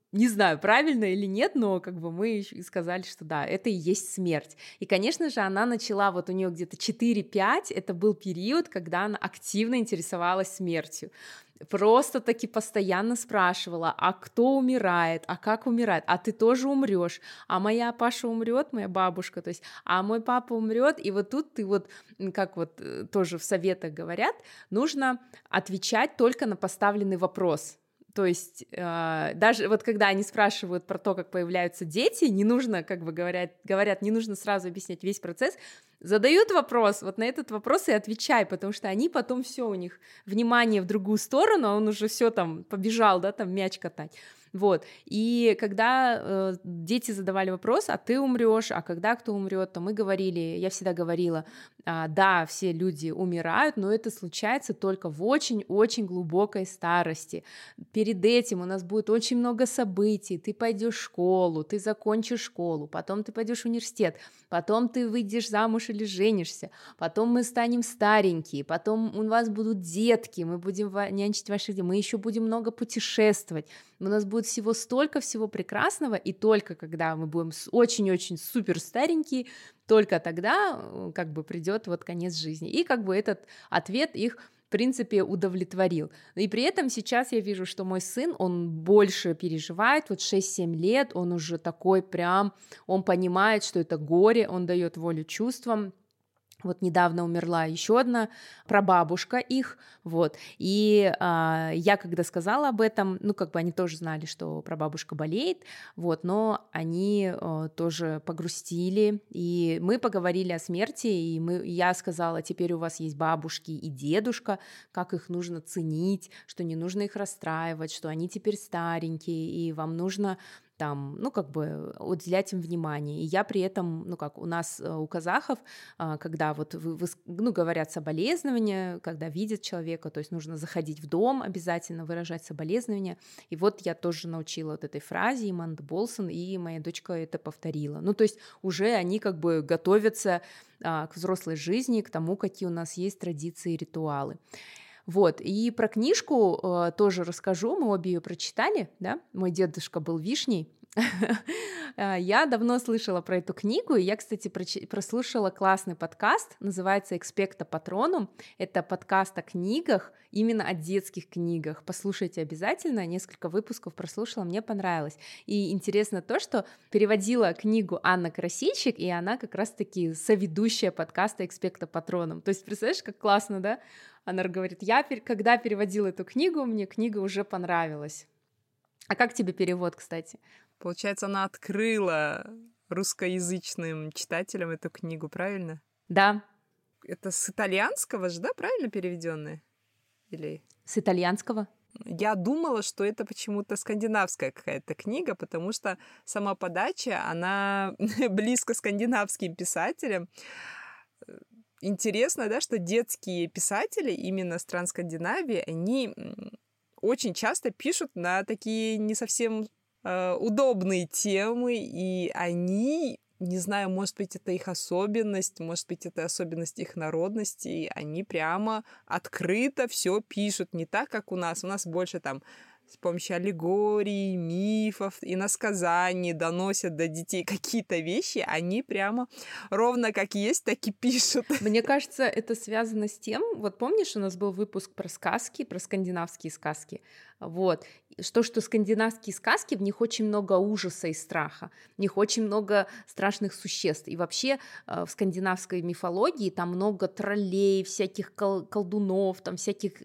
не знаю, правильно или нет, но как бы мы сказали, что да, это и есть смерть. И, конечно же, она начала, вот у нее где-то 4-5, это был период, когда она активно интересовалась смертью. Просто-таки постоянно спрашивала, а кто умирает, а как умирает, а ты тоже умрешь, а моя Паша умрет, моя бабушка, то есть, а мой папа умрет, и вот тут ты вот, как вот тоже в советах говорят, нужно отвечать только на поставленный вопрос. То есть даже вот когда они спрашивают про то, как появляются дети, не нужно, как бы говорят, не нужно сразу объяснять весь процесс, задают вопрос, вот на этот вопрос и отвечай, потому что они потом все у них внимание в другую сторону, а он уже все там побежал, да, там мяч катать. Вот, и когда дети задавали вопрос, а ты умрешь, а когда кто умрет, то мы говорили, я всегда говорила, да, все люди умирают, но это случается только в очень-очень глубокой старости. Перед этим у нас будет очень много событий, ты пойдешь в школу, ты закончишь школу, потом ты пойдешь в университет, потом ты выйдешь замуж или женишься, потом мы станем старенькие, потом у вас будут детки, мы будем нянчить ваших детей, мы еще будем много путешествовать, у нас будет всего столько всего прекрасного, и только когда мы будем очень-очень супер старенькие, только тогда как бы придет вот конец жизни. И как бы этот ответ их в принципе удовлетворил. И при этом сейчас я вижу, что мой сын, он больше переживает, вот 6-7 лет, он уже такой прям, он понимает, что это горе, он дает волю чувствам. Вот недавно умерла еще одна прабабушка их, вот, и я когда сказала об этом, ну, как бы они тоже знали, что прабабушка болеет, вот, но они тоже погрустили, и мы поговорили о смерти, и я сказала, теперь у вас есть бабушки и дедушка, как их нужно ценить, что не нужно их расстраивать, что они теперь старенькие, и вам нужно там, ну, как бы уделять им внимание. И я при этом, ну, как у нас, у казахов, когда вот ну, говорят соболезнования, когда видят человека, то есть нужно заходить в дом, обязательно выражать соболезнования. И вот я тоже научила вот этой фразе «Иманды болсын», и моя дочка это повторила. Ну, то есть уже они как бы готовятся к взрослой жизни, к тому, какие у нас есть традиции и ритуалы. Вот, и про книжку тоже расскажу, мы обе ее прочитали, да, мой дедушка был вишней, я давно слышала про эту книгу, и я, кстати, прослушала классный подкаст, называется «Expecto Patronum», это подкаст о книгах, именно о детских книгах, послушайте обязательно, несколько выпусков прослушала, мне понравилось, и интересно то, что переводила книгу Анна Красильщик, и она как раз-таки соведущая подкаста «Expecto Patronum», то есть, представляешь, как классно, да? Она говорит, когда переводила эту книгу, мне книга уже понравилась. А как тебе перевод, кстати? Получается, она открыла русскоязычным читателям эту книгу, правильно? Да. Это с итальянского же, да, правильно переведенная? Или... С итальянского? Я думала, что это почему-то скандинавская какая-то книга, потому что сама подача, она близко скандинавским писателям. Интересно, да, что детские писатели именно стран Скандинавии, они очень часто пишут на такие не совсем удобные темы, и они, не знаю, может быть, это их особенность, может быть, это особенность их народности, и они прямо открыто все пишут, не так, как у нас. У нас больше там с помощью аллегорий, мифов, иносказаний доносят до детей какие-то вещи, они прямо ровно как есть, так и пишут. Мне кажется, это связано с тем, вот помнишь, у нас был выпуск про сказки, про скандинавские сказки, вот, что скандинавские сказки, в них очень много ужаса и страха, в них очень много страшных существ, и вообще в скандинавской мифологии там много троллей, всяких колдунов, там всяких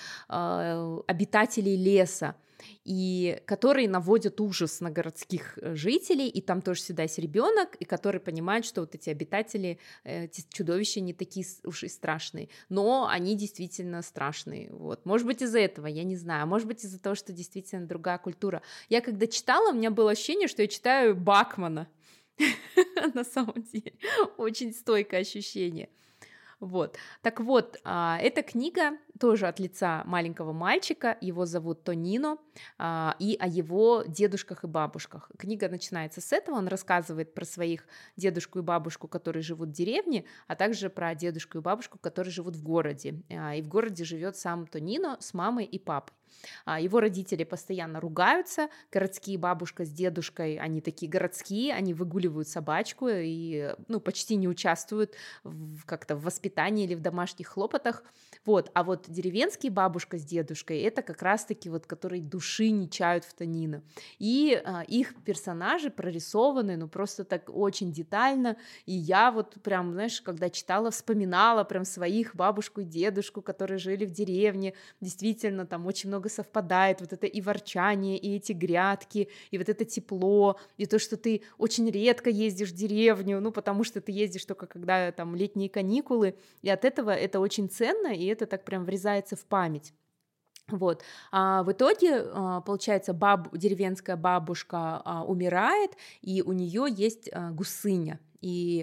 обитателей леса, и которые наводят ужас на городских жителей, и там тоже всегда есть ребенок, и который понимает, что вот эти обитатели, эти чудовища не такие уж и страшные, но они действительно страшные, вот, может быть из-за этого, я не знаю, может быть из-за того, что действительно другая культура. Я когда читала, у меня было ощущение, что я читаю Бакмана, на самом деле, очень стойкое ощущение. Вот. Так вот, эта книга тоже от лица маленького мальчика, его зовут Тонино, и о его дедушках и бабушках. Книга начинается с этого, он рассказывает про своих дедушку и бабушку, которые живут в деревне, а также про дедушку и бабушку, которые живут в городе. И в городе живет сам Тонино с мамой и папой. Его родители постоянно ругаются, городские бабушка с дедушкой, они такие городские, они выгуливают собачку и, ну, почти не участвуют как-то в воспитании или в домашних хлопотах, вот, а вот деревенские бабушка с дедушкой, это как раз-таки вот, которые души не чают в Тонино, и их персонажи прорисованы, ну, просто так очень детально, и я вот прям, знаешь, когда читала, вспоминала прям своих бабушку и дедушку, которые жили в деревне, действительно, там очень много совпадает, вот это и ворчание, и эти грядки, и вот это тепло, и то, что ты очень редко ездишь в деревню, ну, потому что ты ездишь только когда там летние каникулы, и от этого это очень ценно, и это так прям врезается в память. Вот. А в итоге, получается, деревенская бабушка умирает, и у нее есть гусыня. И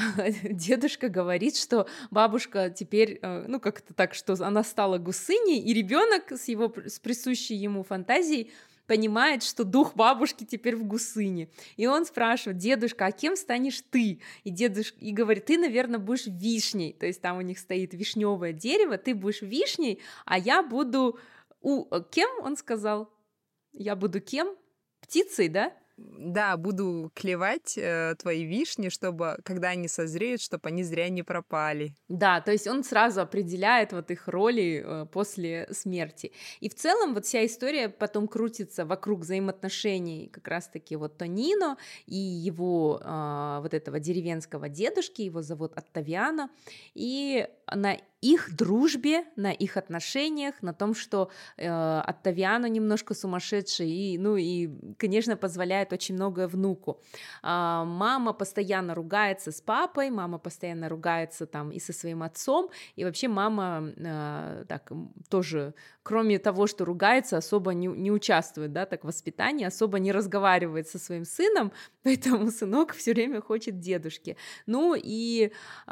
дедушка говорит, что бабушка теперь, ну как-то так, что она стала гусыней, и ребенок с присущей ему фантазией понимает, что дух бабушки теперь в гусыне. И он спрашивает: дедушка, а кем станешь ты? И дедушка и говорит: ты, наверное, будешь вишней. То есть там у них стоит вишневое дерево, ты будешь вишней, а я буду... Кем, он сказал? Я буду кем? Птицей, да? Да, буду клевать твои вишни, чтобы, когда они созреют, чтобы они зря не пропали. Да, то есть он сразу определяет вот их роли после смерти. И в целом вот вся история потом крутится вокруг взаимоотношений как раз-таки вот Тонино и его вот этого деревенского дедушки, его зовут Оттавиано, и на их дружбе, на их отношениях, на том, что Оттавиано немножко сумасшедший, и, ну и, конечно, позволяет очень многое внуку. Мама постоянно ругается с папой, мама постоянно ругается там и со своим отцом, и вообще мама так тоже, кроме того, что ругается, особо не участвует, да, так в воспитании, особо не разговаривает со своим сыном, поэтому сынок все время хочет дедушки. Ну и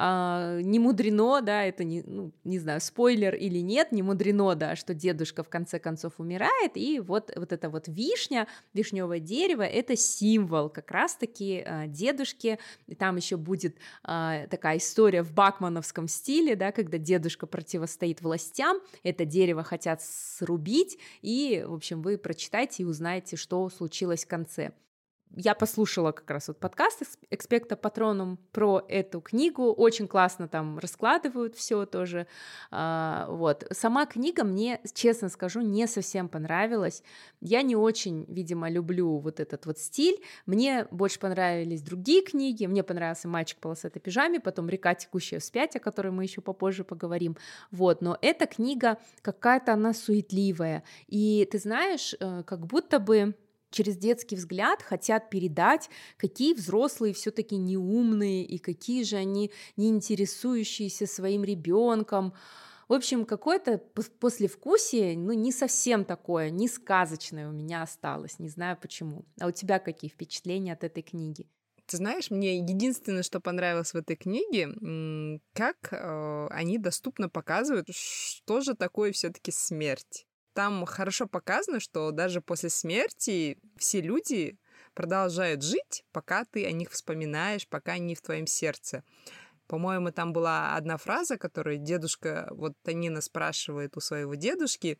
не мудрено, да, это не знаю, спойлер или нет, не мудрено, да, что дедушка в конце концов умирает, и вот эта вот вишня, вишневое дерево, это символ как раз-таки дедушки, и там еще будет такая история в бакмановском стиле, да, когда дедушка противостоит властям, это дерево хотят срубить, и, в общем, вы прочитайте и узнаете, что случилось в конце. Я послушала как раз вот подкаст «Expecto Patronum» про эту книгу, очень классно там раскладывают все тоже, вот. Сама книга мне, честно скажу, не совсем понравилась, я не очень, видимо, люблю вот этот вот стиль, мне больше понравились другие книги, мне понравился «Мальчик в полосатой пижаме», потом «Река, текущая вспять», о которой мы еще попозже поговорим, вот, но эта книга какая-то она суетливая, и ты знаешь, как будто бы через детский взгляд хотят передать, какие взрослые все-таки неумные и какие же они не интересующиеся своим ребенком. В общем, какое-то послевкусие, ну, не совсем такое, не сказочное у меня осталось, не знаю почему. А у тебя какие впечатления от этой книги? Ты знаешь, мне единственное, что понравилось в этой книге, как они доступно показывают, что же такое все-таки смерть. Там хорошо показано, что даже после смерти все люди продолжают жить, пока ты о них вспоминаешь, пока они в твоем сердце. По-моему, там была одна фраза, которую дедушка, вот Тонино спрашивает у своего дедушки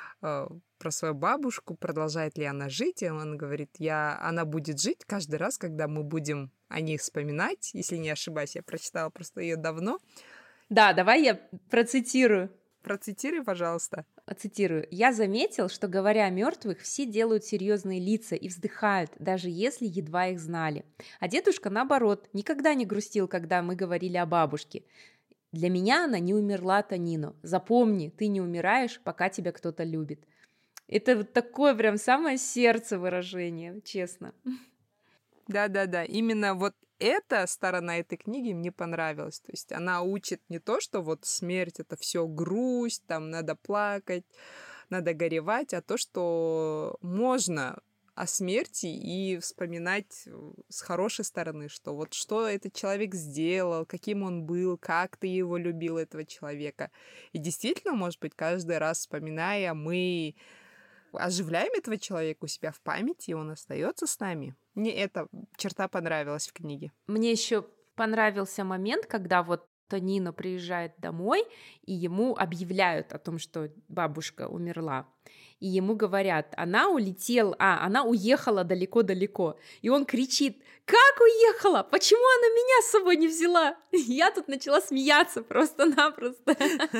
про свою бабушку, продолжает ли она жить, и он говорит, она будет жить каждый раз, когда мы будем о ней вспоминать, если не ошибаюсь, я прочитала просто ее давно. Да, давай я процитирую. Процитируй, пожалуйста. Цитирую. «Я заметил, что, говоря о мертвых, все делают серьезные лица и вздыхают, даже если едва их знали. А дедушка, наоборот, никогда не грустил, когда мы говорили о бабушке. Для меня она не умерла, Тонино. Запомни, ты не умираешь, пока тебя кто-то любит». Это вот такое прям самое сердце выражение, честно. Да-да-да, именно вот эта сторона этой книги мне понравилась. То есть она учит не то, что вот смерть — это все грусть, там надо плакать, надо горевать, а то, что можно о смерти и вспоминать с хорошей стороны, что вот что этот человек сделал, каким он был, как ты его любил, этого человека. И действительно, может быть, каждый раз вспоминая, мы оживляем этого человека у себя в памяти, и он остается с нами. Мне эта черта понравилась в книге. Мне еще понравился момент, когда вот Тонино приезжает домой, и ему объявляют о том, что бабушка умерла. И ему говорят, она уехала далеко-далеко. И он кричит: как уехала? Почему она меня с собой не взяла? Я тут начала смеяться просто-напросто.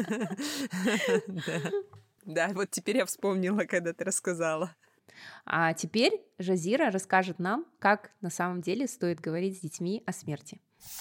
Да, вот теперь я вспомнила, когда ты рассказала. А теперь Жазира расскажет нам, как на самом деле стоит говорить с детьми о смерти.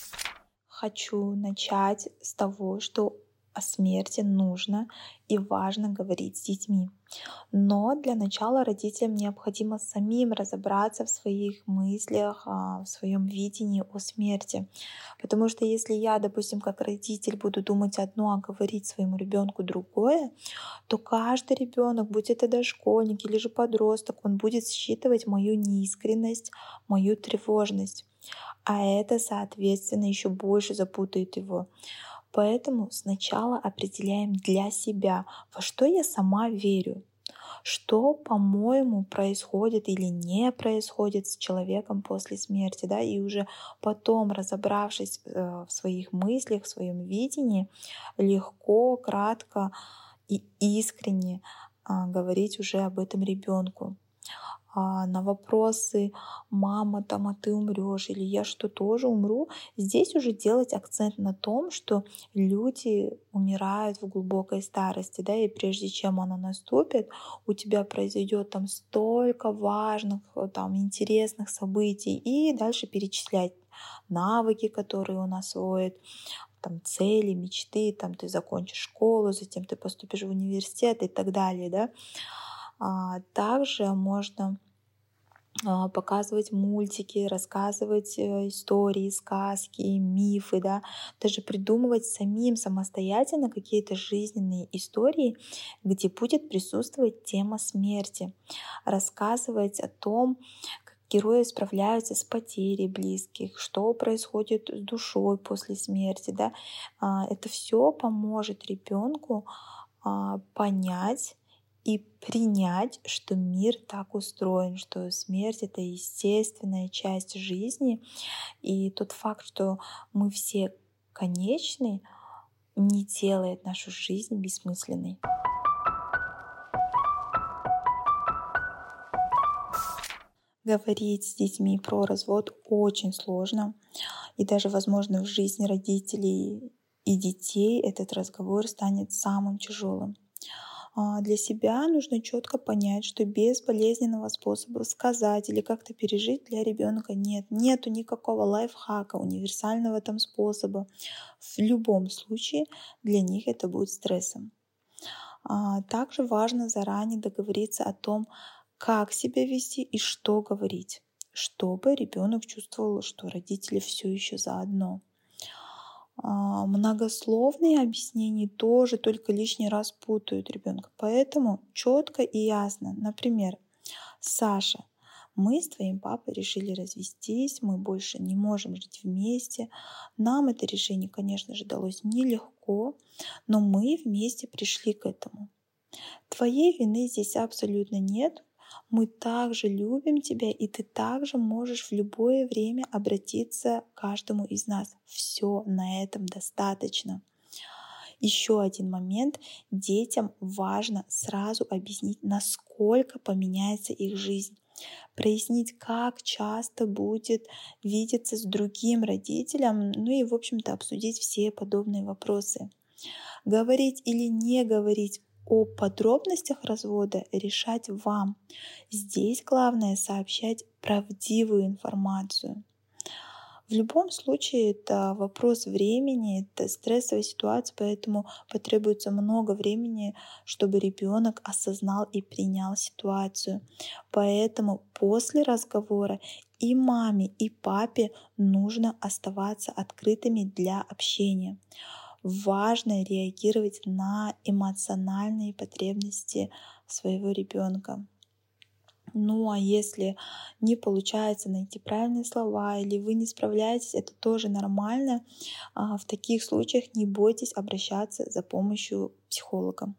Хочу начать с того, что о смерти нужно и важно говорить с детьми. Но для начала родителям необходимо самим разобраться в своих мыслях, в своем видении о смерти. Потому что если я, допустим, как родитель буду думать одно, а говорить своему ребенку другое, то каждый ребенок, будь это дошкольник или же подросток, он будет считывать мою неискренность, мою тревожность. А это, соответственно, еще больше запутает его. Поэтому сначала определяем для себя, во что я сама верю, что, по-моему, происходит или не происходит с человеком после смерти, да, и уже потом, разобравшись в своих мыслях, в своем видении, легко, кратко и искренне говорить уже об этом ребенку. На вопросы «мама, там, а ты умрешь» или «я что, тоже умру», здесь уже делать акцент на том, что люди умирают в глубокой старости, да, и прежде чем она наступит, у тебя произойдет там столько важных, там, интересных событий, и дальше перечислять навыки, которые он освоит, там, цели, мечты, там, ты закончишь школу, затем ты поступишь в университет и так далее, да. Также можно показывать мультики, рассказывать истории, сказки, мифы, да, даже придумывать самим самостоятельно какие-то жизненные истории, где будет присутствовать тема смерти, рассказывать о том, как герои справляются с потерей близких, что происходит с душой после смерти, да. Это все поможет ребенку понять и принять, что мир так устроен, что смерть — это естественная часть жизни, и тот факт, что мы все конечны, не делает нашу жизнь бессмысленной. Говорить с детьми про развод очень сложно, и даже, возможно, в жизни родителей и детей этот разговор станет самым тяжелым. Для себя нужно четко понять, что без болезненного способа сказать или как-то пережить для ребенка нету никакого лайфхака, универсального там способа. В любом случае для них это будет стрессом. Также важно заранее договориться о том, как себя вести и что говорить, чтобы ребенок чувствовал, что родители все еще заодно. Многословные объяснения тоже только лишний раз путают ребенка. Поэтому четко и ясно. Например, Саша, мы с твоим папой решили развестись, мы больше не можем жить вместе. Нам это решение, конечно же, далось нелегко, но мы вместе пришли к этому. Твоей вины здесь абсолютно нет. Мы также любим тебя, и ты также можешь в любое время обратиться к каждому из нас. Все, на этом достаточно. Еще один момент. Детям важно сразу объяснить, насколько поменяется их жизнь. Прояснить, как часто будет видеться с другим родителем, ну и, в общем-то, обсудить все подобные вопросы. Говорить или не говорить о подробностях развода решать вам. Здесь главное сообщать правдивую информацию. В любом случае это вопрос времени, это стрессовая ситуация, поэтому потребуется много времени, чтобы ребенок осознал и принял ситуацию. Поэтому после разговора и маме, и папе нужно оставаться открытыми для общения. Важно реагировать на эмоциональные потребности своего ребенка. Ну а если не получается найти правильные слова или вы не справляетесь, это тоже нормально. В таких случаях не бойтесь обращаться за помощью к психологам.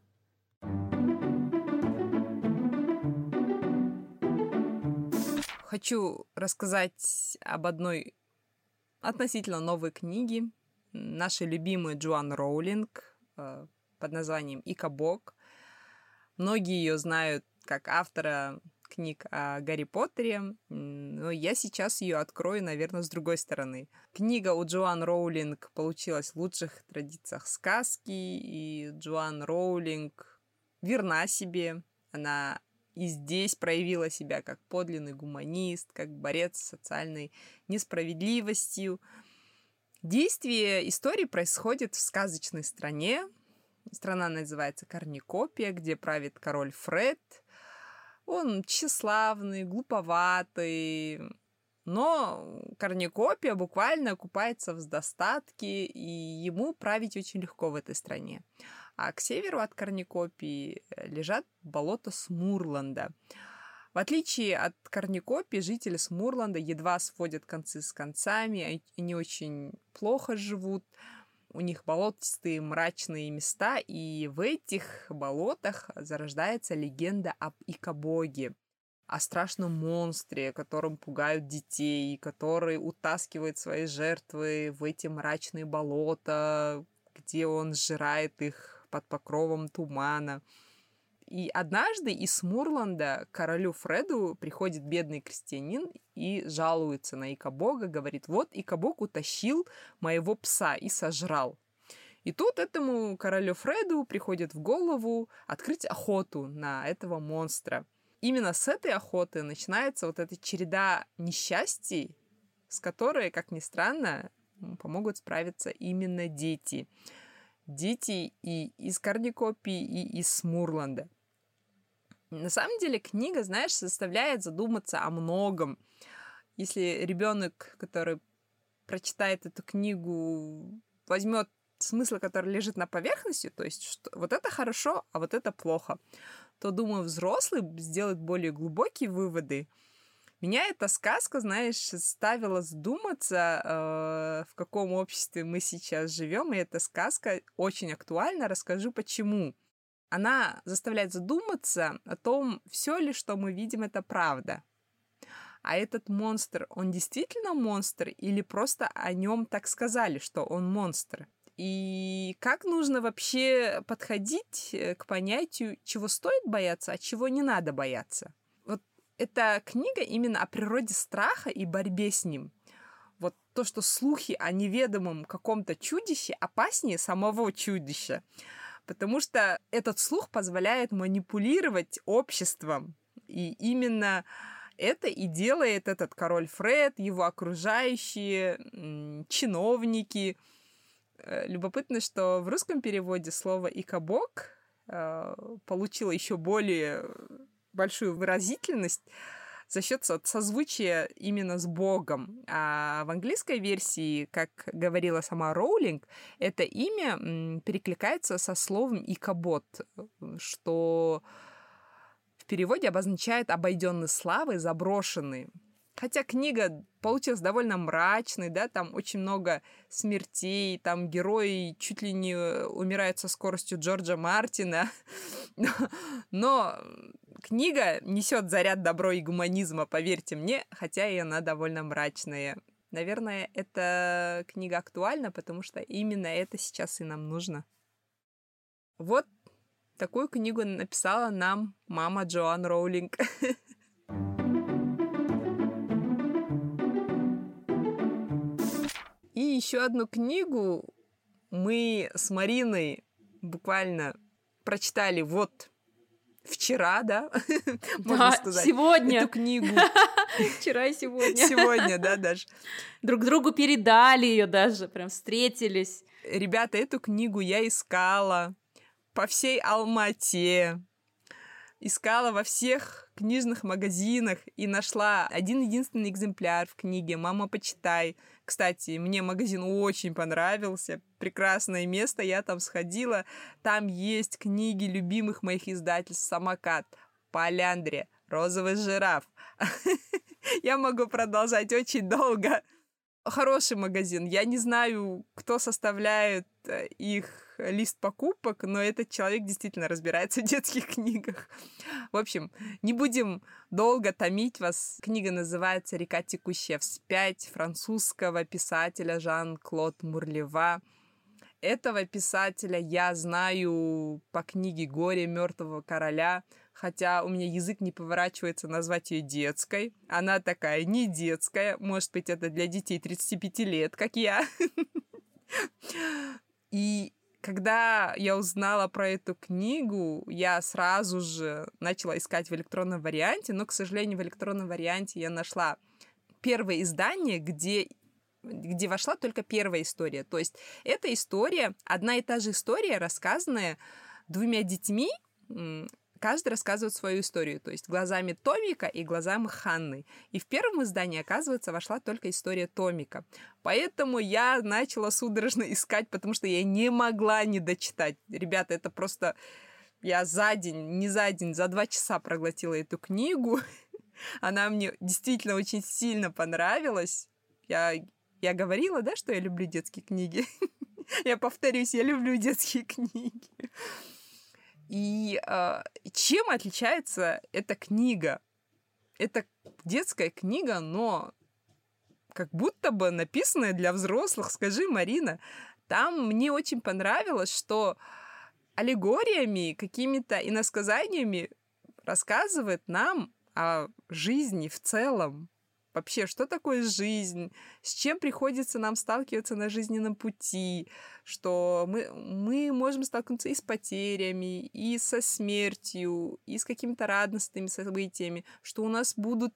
Хочу рассказать об одной относительно новой книге. нашей любимой Джоан Роулинг под названием «И-Кабок». Многие ее знают как автора книг о Гарри Поттере, но я сейчас ее открою, наверное, с другой стороны. Книга у Джоан Роулинг получилась в лучших традициях сказки, и Джоан Роулинг верна себе. Она и здесь проявила себя как подлинный гуманист, как борец с социальной несправедливостью. Действие истории происходит в сказочной стране. Страна называется Корникопия, где правит король Фред. Он тщеславный, глуповатый, но Корникопия буквально купается в достатке, и ему править очень легко в этой стране. А к северу от Корникопии лежат болота Смурланда. В отличие от Корникопии, жители Смурланда едва сводят концы с концами, они очень плохо живут. У них болотистые мрачные места, и в этих болотах зарождается легенда об И-Кабоге, о страшном монстре, которым пугают детей, который утаскивает свои жертвы в эти мрачные болота, где он сжирает их под покровом тумана. И однажды из Смурланда к королю Фреду приходит бедный крестьянин и жалуется на И-Кабога, говорит: вот И-Кабог утащил моего пса и сожрал. И тут этому королю Фреду приходит в голову открыть охоту на этого монстра. Именно с этой охоты начинается вот эта череда несчастий, с которой, как ни странно, помогут справиться именно дети. Дети и из Корникопии, и из Смурланда. На самом деле книга, знаешь, заставляет задуматься о многом. Если ребенок, который прочитает эту книгу, возьмет смысл, который лежит на поверхности, то есть что вот это хорошо, а вот это плохо, то, думаю, взрослый сделает более глубокие выводы. Меня эта сказка, знаешь, заставила задуматься, в каком обществе мы сейчас живем, и эта сказка очень актуальна. Расскажу, почему. Она заставляет задуматься о том, все ли, что мы видим, это правда. А этот монстр, он действительно монстр или просто о нем так сказали, что он монстр? И как нужно вообще подходить к понятию, чего стоит бояться, а чего не надо бояться? Вот эта книга именно о природе страха и борьбе с ним. Вот то, что слухи о неведомом каком-то чудище опаснее самого чудища. Потому что этот слух позволяет манипулировать обществом. И именно это и делает этот король Фред, его окружающие, чиновники. Любопытно, что в русском переводе слово «И-Кабок» получило еще более большую выразительность за счет созвучия именно с Богом. А в английской версии, как говорила сама Роулинг, это имя перекликается со словом «Икабод», что в переводе обозначает «обойденный славой, заброшенный». Хотя книга получилась довольно мрачной, да, там очень много смертей, там герои чуть ли не умирают со скоростью Джорджа Мартина, но книга несет заряд добра и гуманизма, поверьте мне, хотя и она довольно мрачная. Наверное, эта книга актуальна, потому что именно это сейчас и нам нужно. Вот такую книгу написала нам мама Джоан Роулинг. И еще одну книгу мы с Мариной буквально прочитали вот вчера, да? Можно сказать. Сегодня. Эту книгу. Вчера и сегодня. Сегодня, да, даже. Друг другу передали ее даже, прям встретились. Ребята, эту книгу я искала по всей Алмате. Искала во всех книжных магазинах и нашла один-единственный экземпляр в книге «Мама, почитай». Кстати, мне магазин очень понравился. Прекрасное место, я там сходила. Там есть книги любимых моих издательств «Самокат», «Поляндрия», «Розовый жираф». Я могу продолжать очень долго. Хороший магазин. Я не знаю, кто составляет их лист покупок, но этот человек действительно разбирается в детских книгах. В общем, не будем долго томить вас. Книга называется «Река, текущая вспять» французского писателя Жан-Клод Мурлева. Этого писателя я знаю по книге «Горе мертвого короля», хотя у меня язык не поворачивается назвать ее детской. Она такая не детская, может быть, это для детей 35 лет, как я. И когда я узнала про эту книгу, я сразу же начала искать в электронном варианте, но, к сожалению, в электронном варианте я нашла первое издание, где вошла только первая история. То есть эта история, одна и та же история, рассказанная двумя детьми, каждый рассказывает свою историю, то есть глазами Томика и глазами Ханны. И в первом издании, оказывается, вошла только история Томика. Поэтому я начала судорожно искать, потому что я не могла не дочитать. Ребята, это просто... Я за 2 часа проглотила эту книгу. Она мне действительно очень сильно понравилась. Я говорила, да, что я люблю детские книги? Я повторюсь, я люблю детские книги. И чем отличается эта книга? Это детская книга, но как будто бы написанная для взрослых. Скажи, Марина, там мне очень понравилось, что аллегориями, какими-то иносказаниями рассказывает нам о жизни в целом. Вообще, что такое жизнь, с чем приходится нам сталкиваться на жизненном пути, что мы можем столкнуться и с потерями, и со смертью, и с какими-то радостными событиями, что у нас будут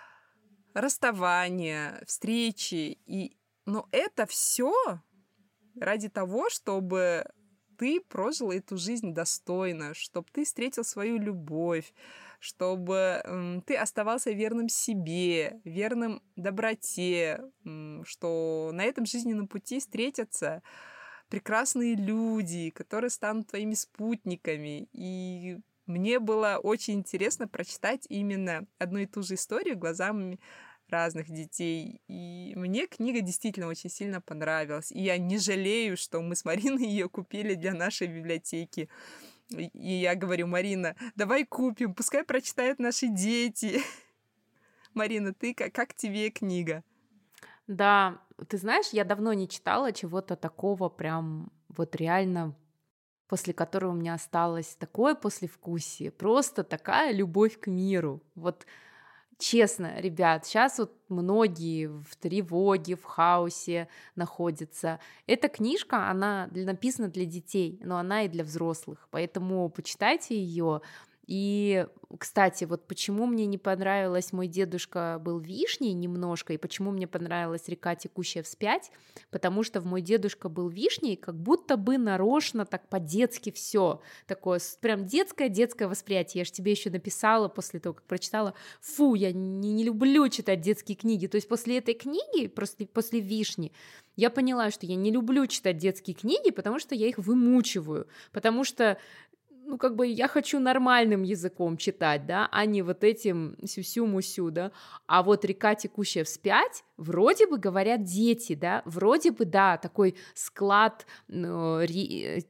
расставания, встречи. Но это все ради того, чтобы ты прожил эту жизнь достойно, чтобы ты встретил свою любовь, чтобы ты оставался верным себе, верным доброте, что на этом жизненном пути встретятся прекрасные люди, которые станут твоими спутниками. И мне было очень интересно прочитать именно одну и ту же историю глазами разных детей. И мне книга действительно очень сильно понравилась. И я не жалею, что мы с Мариной ее купили для нашей библиотеки. И я говорю: Марина, давай купим, пускай прочитают наши дети. Марина, ты как тебе книга? Да, ты знаешь, я давно не читала чего-то такого прям вот реально, после которого у меня осталось такое послевкусие, просто такая любовь к миру. Вот честно, ребят, сейчас вот многие в тревоге, в хаосе находятся. Эта книжка, она написана для детей, но она и для взрослых, поэтому почитайте ее. И, кстати, вот почему мне не понравилось «Мой дедушка был вишней» немножко, и почему мне понравилась «Река, текущая вспять», потому что в «Мой дедушка был вишней» как будто бы нарочно так по-детски все такое, прям детское восприятие. Я же тебе еще написала после того, как прочитала: фу, я не люблю читать детские книги. То есть после этой книги, после «Вишни», я поняла, что я не люблю читать детские книги, потому что я их вымучиваю, потому что я хочу нормальным языком читать, да, а не вот этим сю-сю-мусю, да, а вот «Река, текущая вспять» вроде бы говорят дети, да, вроде бы, да, такой склад, речь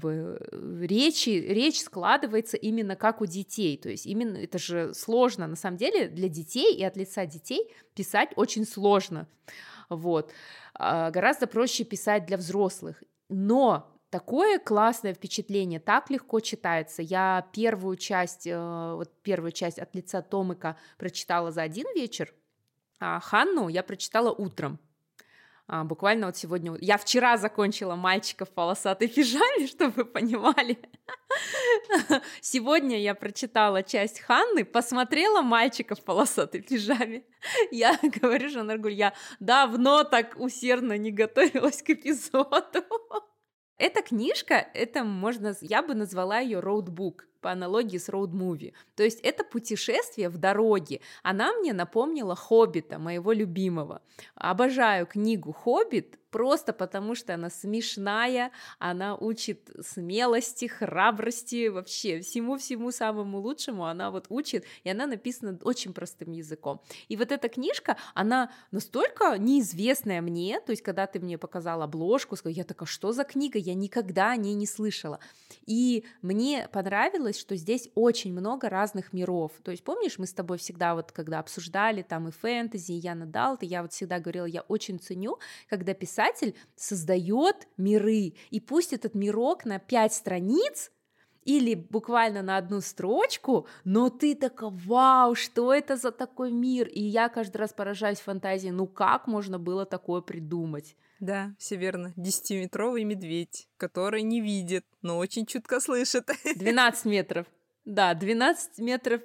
складывается именно как у детей, то есть именно это же сложно, на самом деле для детей и от лица детей писать очень сложно, вот, гораздо проще писать для взрослых, но такое классное впечатление, так легко читается. Я первую часть от лица Томика прочитала за один вечер, а Ханну я прочитала утром. Буквально вот сегодня. Я вчера закончила «Мальчика в полосатой пижаме», чтобы вы понимали. Сегодня я прочитала часть Ханны, посмотрела «Мальчика в полосатой пижаме». Я говорю Жанаргуль, я давно так усердно не готовилась к эпизоду. Эта книжка, я бы назвала ее роудбук, по аналогии с роуд-муви. То есть это путешествие в дороге. Она мне напомнила «Хоббита», моего любимого. Обожаю книгу «Хоббит», просто потому что она смешная, она учит смелости, храбрости, вообще всему-всему самому лучшему она вот учит, и она написана очень простым языком. И вот эта книжка, она настолько неизвестная мне, то есть когда ты мне показал обложку, я такая, что за книга, я никогда о ней не слышала. И мне понравилось, что здесь очень много разных миров. То есть помнишь, мы с тобой всегда вот когда обсуждали там и фэнтези, и Яна Далт, и я вот всегда говорила, я очень ценю, когда писатель создает миры, и пусть этот мирок на 5 страниц или буквально на одну строчку, но ты такая, вау, что это за такой мир? И я каждый раз поражаюсь фантазии, ну как можно было такое придумать? Да, все верно. 10-метровый медведь, который не видит, но очень чутко слышит. 12 метров. Да, 12 метров.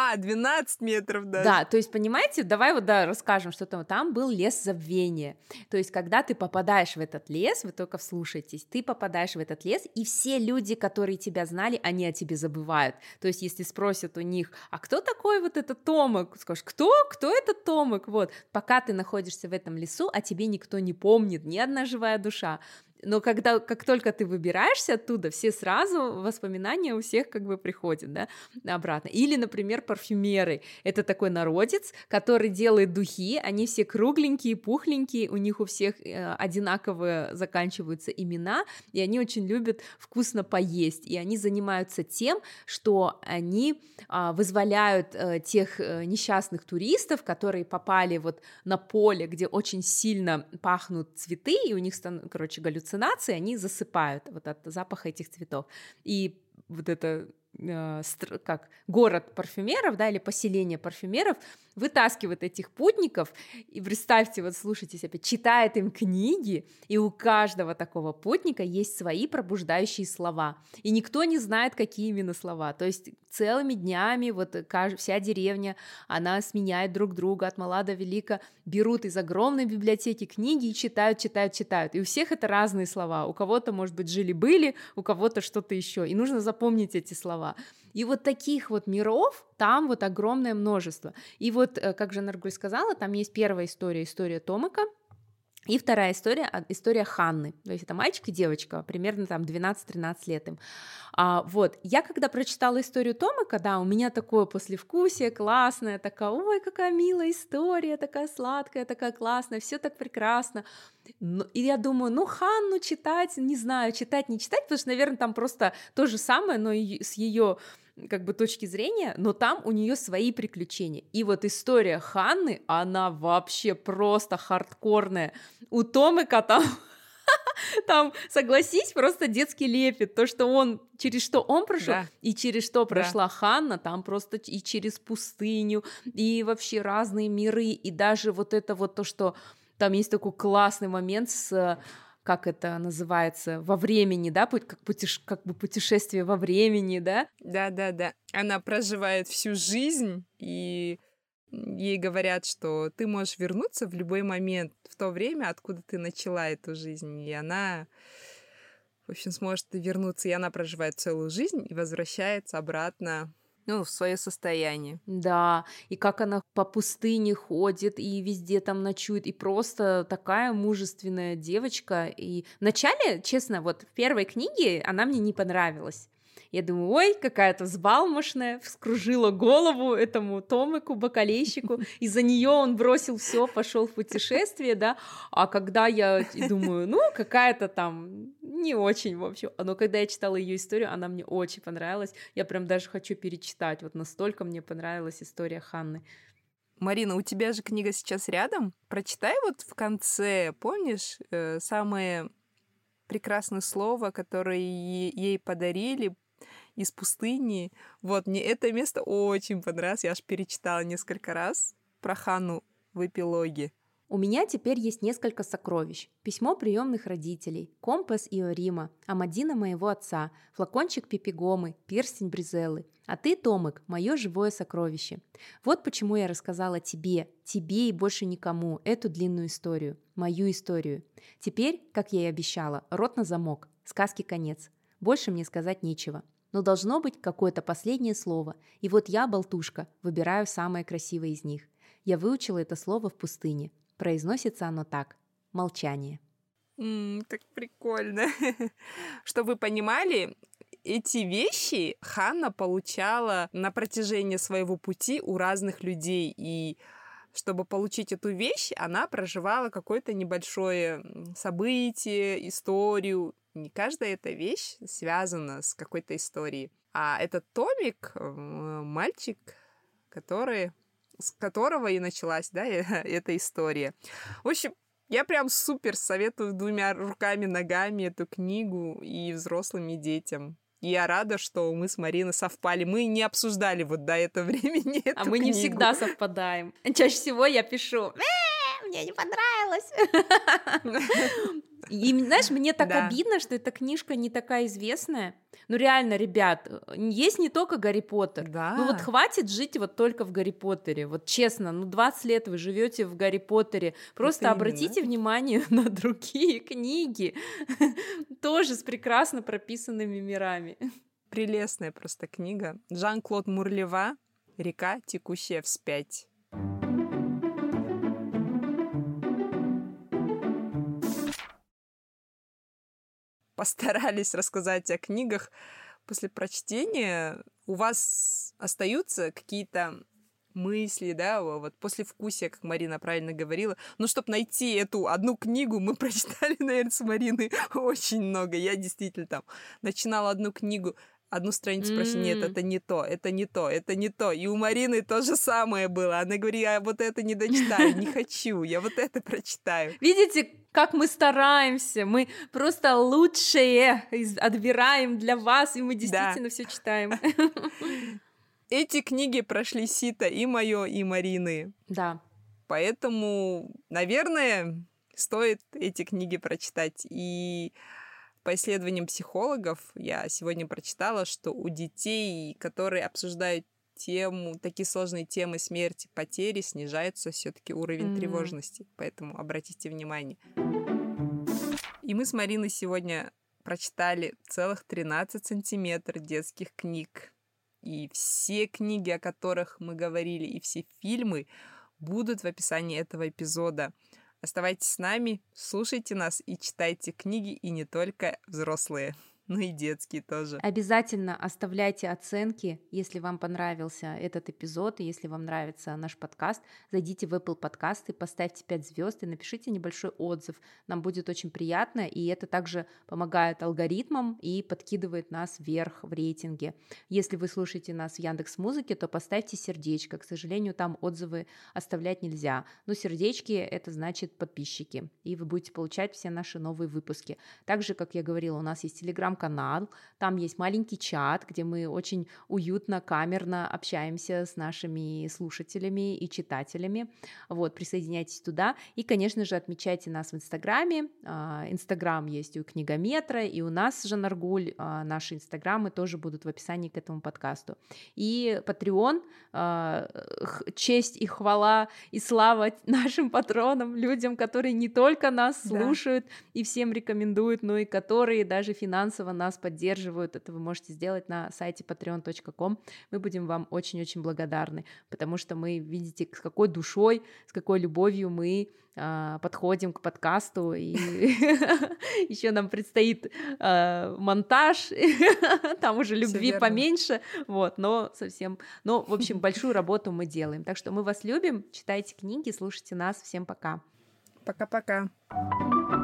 12 метров, да. Да, то есть, понимаете, давай вот, да, расскажем, что там был лес забвения. То есть, когда ты попадаешь в этот лес, вы только вслушайтесь, ты попадаешь в этот лес, и все люди, которые тебя знали, они о тебе забывают. То есть, если спросят у них, а кто такой вот этот Томик? Скажешь, кто этот Томик? Вот, пока ты находишься в этом лесу, о тебе никто не помнит, ни одна живая душа. Но как только ты выбираешься оттуда, все сразу воспоминания у всех как бы приходят, да, обратно. Или, например, парфюмеры. Это такой народец, который делает духи, они все кругленькие, пухленькие, у них у всех одинаковые заканчиваются имена, и они очень любят вкусно поесть, и они занимаются тем, что они вызволяют тех несчастных туристов, которые попали вот на поле, где очень сильно пахнут цветы, и у них, галлюцинации, они засыпают вот от запаха этих цветов. И вот это как город парфюмеров, да, или поселение парфюмеров вытаскивает этих путников, и представьте, вот слушайте опять, читает им книги, и у каждого такого путника есть свои пробуждающие слова, и никто не знает, какие именно слова, то есть целыми днями вот вся деревня, она сменяет друг друга, от мала до велика, берут из огромной библиотеки книги и читают, и у всех это разные слова, у кого-то, может быть, жили-были, у кого-то что-то еще, и нужно запомнить эти слова. И вот таких вот миров там вот огромное множество. И вот, как же Наргуль сказала, там есть первая история Томика, и вторая история Ханны. То есть это мальчик и девочка, примерно там 12-13 лет им. Вот, я когда прочитала историю Томика, да, у меня такое послевкусие классное, такая, ой, какая милая история, такая сладкая, такая классная, все так прекрасно. И я думаю, Ханну читать, не знаю, читать, не читать, потому что, наверное, там просто то же самое, но и с ее как бы точки зрения, но там у нее свои приключения. И вот история Ханны, она вообще просто хардкорная. У Томика там, согласись, просто детский лепет. То, что через что он прошел, да. И через что прошла Ханна, там просто и через пустыню, и вообще разные миры, и даже вот это вот то, что там есть такой классный момент с... как это называется, во времени, да, как бы путешествие во времени, да? Да. Она проживает всю жизнь, и ей говорят, что ты можешь вернуться в любой момент, в то время, откуда ты начала эту жизнь, и она, в общем, сможет вернуться, и она проживает целую жизнь и возвращается обратно в свое состояние. Да, и как она по пустыне ходит, и везде там ночует, и просто такая мужественная девочка. И вначале, честно, вот в первой книге она мне не понравилась. Я думаю, ой, какая-то взбалмошная, вскружила голову этому Томику, бакалейщику, из-за нее он бросил все, пошел в путешествие, да, а когда я думаю, какая-то там не очень, в общем, но когда я читала ее историю, она мне очень понравилась, я прям даже хочу перечитать, вот настолько мне понравилась история Ханны. Марина, у тебя же книга сейчас рядом, прочитай вот в конце, помнишь, самое прекрасное слово, которое ей подарили, из пустыни. Вот, мне это место очень понравилось. Я аж перечитала несколько раз про Ханну в эпилоге. У меня теперь есть несколько сокровищ. Письмо приемных родителей, компас Иорима, Амадина моего отца, флакончик Пипигомы, перстень Бризеллы. А ты, Томик, мое живое сокровище. Вот почему я рассказала тебе и больше никому эту длинную историю, мою историю. Теперь, как я и обещала, рот на замок, сказки конец. Больше мне сказать нечего. но должно быть какое-то последнее слово. И вот я, болтушка, выбираю самое красивое из них. Я выучила это слово в пустыне. Произносится оно так: молчание. Так прикольно. Чтобы вы понимали, эти вещи Ханна получала на протяжении своего пути у разных людей. И чтобы получить эту вещь, она проживала какое-то небольшое событие, историю. Не каждая эта вещь связана с какой-то историей. А этот томик, мальчик, с которого и началась, да, эта история. В общем, я прям супер советую 2 руками, ногами эту книгу и взрослым, и детям. И я рада, что мы с Мариной совпали. Мы не обсуждали вот до этого времени эту А мы книгу. не всегда совпадаем. Чаще всего я пишу: мне не понравилось. И, знаешь, мне так обидно, что эта книжка не такая известная. Ну реально, ребят, есть не только Гарри Поттер. Да. Ну вот хватит жить вот только в Гарри Поттере. Вот честно, 20 лет вы живете в Гарри Поттере. Просто вот обратите внимание на другие книги, тоже с прекрасно прописанными мирами. Прелестная просто книга. Жан-Клод Мурлева «Река, текущая вспять». Постарались рассказать о книгах. После прочтения у вас остаются какие-то мысли, да, вот послевкусие, как Марина правильно говорила. Но чтобы найти эту одну книгу, мы прочитали, наверное, с Мариной очень много. Я действительно там начинала одну книгу, одну страницу прочитала: нет, это не то, это не то, это не то. И у Марины то же самое было. Она говорит: я вот это не дочитаю, не хочу, я вот это прочитаю. Видите, как мы стараемся, мы просто лучшее отбираем для вас, и мы действительно все читаем. Эти книги прошли сито и моё, и Марины. Да. Поэтому, наверное, стоит эти книги прочитать. И по исследованиям психологов я сегодня прочитала, что у детей, которые обсуждают такие сложные темы смерти, потери, снижается все-таки уровень тревожности. Поэтому обратите внимание. И мы с Мариной сегодня прочитали целых 13 сантиметров детских книг. И все книги, о которых мы говорили, и все фильмы будут в описании этого эпизода. Оставайтесь с нами, слушайте нас и читайте книги, и не только взрослые, но и детские тоже. Обязательно оставляйте оценки, если вам понравился этот эпизод, и если вам нравится наш подкаст. Зайдите в Apple подкасты, поставьте 5 звезд и напишите небольшой отзыв. Нам будет очень приятно, и это также помогает алгоритмам и подкидывает нас вверх в рейтинге. Если вы слушаете нас в Яндекс.Музыке, то поставьте сердечко. К сожалению, там отзывы оставлять нельзя. Но сердечки — это значит подписчики, и вы будете получать все наши новые выпуски. Также, как я говорила, у нас есть телеграм-канал, там есть маленький чат, где мы очень уютно, камерно общаемся с нашими слушателями и читателями. Вот, присоединяйтесь туда. И, конечно же, отмечайте нас в Инстаграме. Инстаграм есть у Книгометра, и у нас с Жанаргуль. Наши инстаграмы тоже будут в описании к этому подкасту. И Patreon, честь и хвала и слава нашим патронам, людям, которые не только нас слушают и всем рекомендуют, но и которые даже финансово нас поддерживают. Это вы можете сделать на сайте patreon.com. Мы будем вам очень-очень благодарны, потому что мы, видите, с какой душой, с какой любовью мы подходим к подкасту, и еще нам предстоит монтаж, там уже любви поменьше, вот, но в общем, большую работу мы делаем. Так что мы вас любим, читайте книги, слушайте нас. Всем пока. Пока-пока.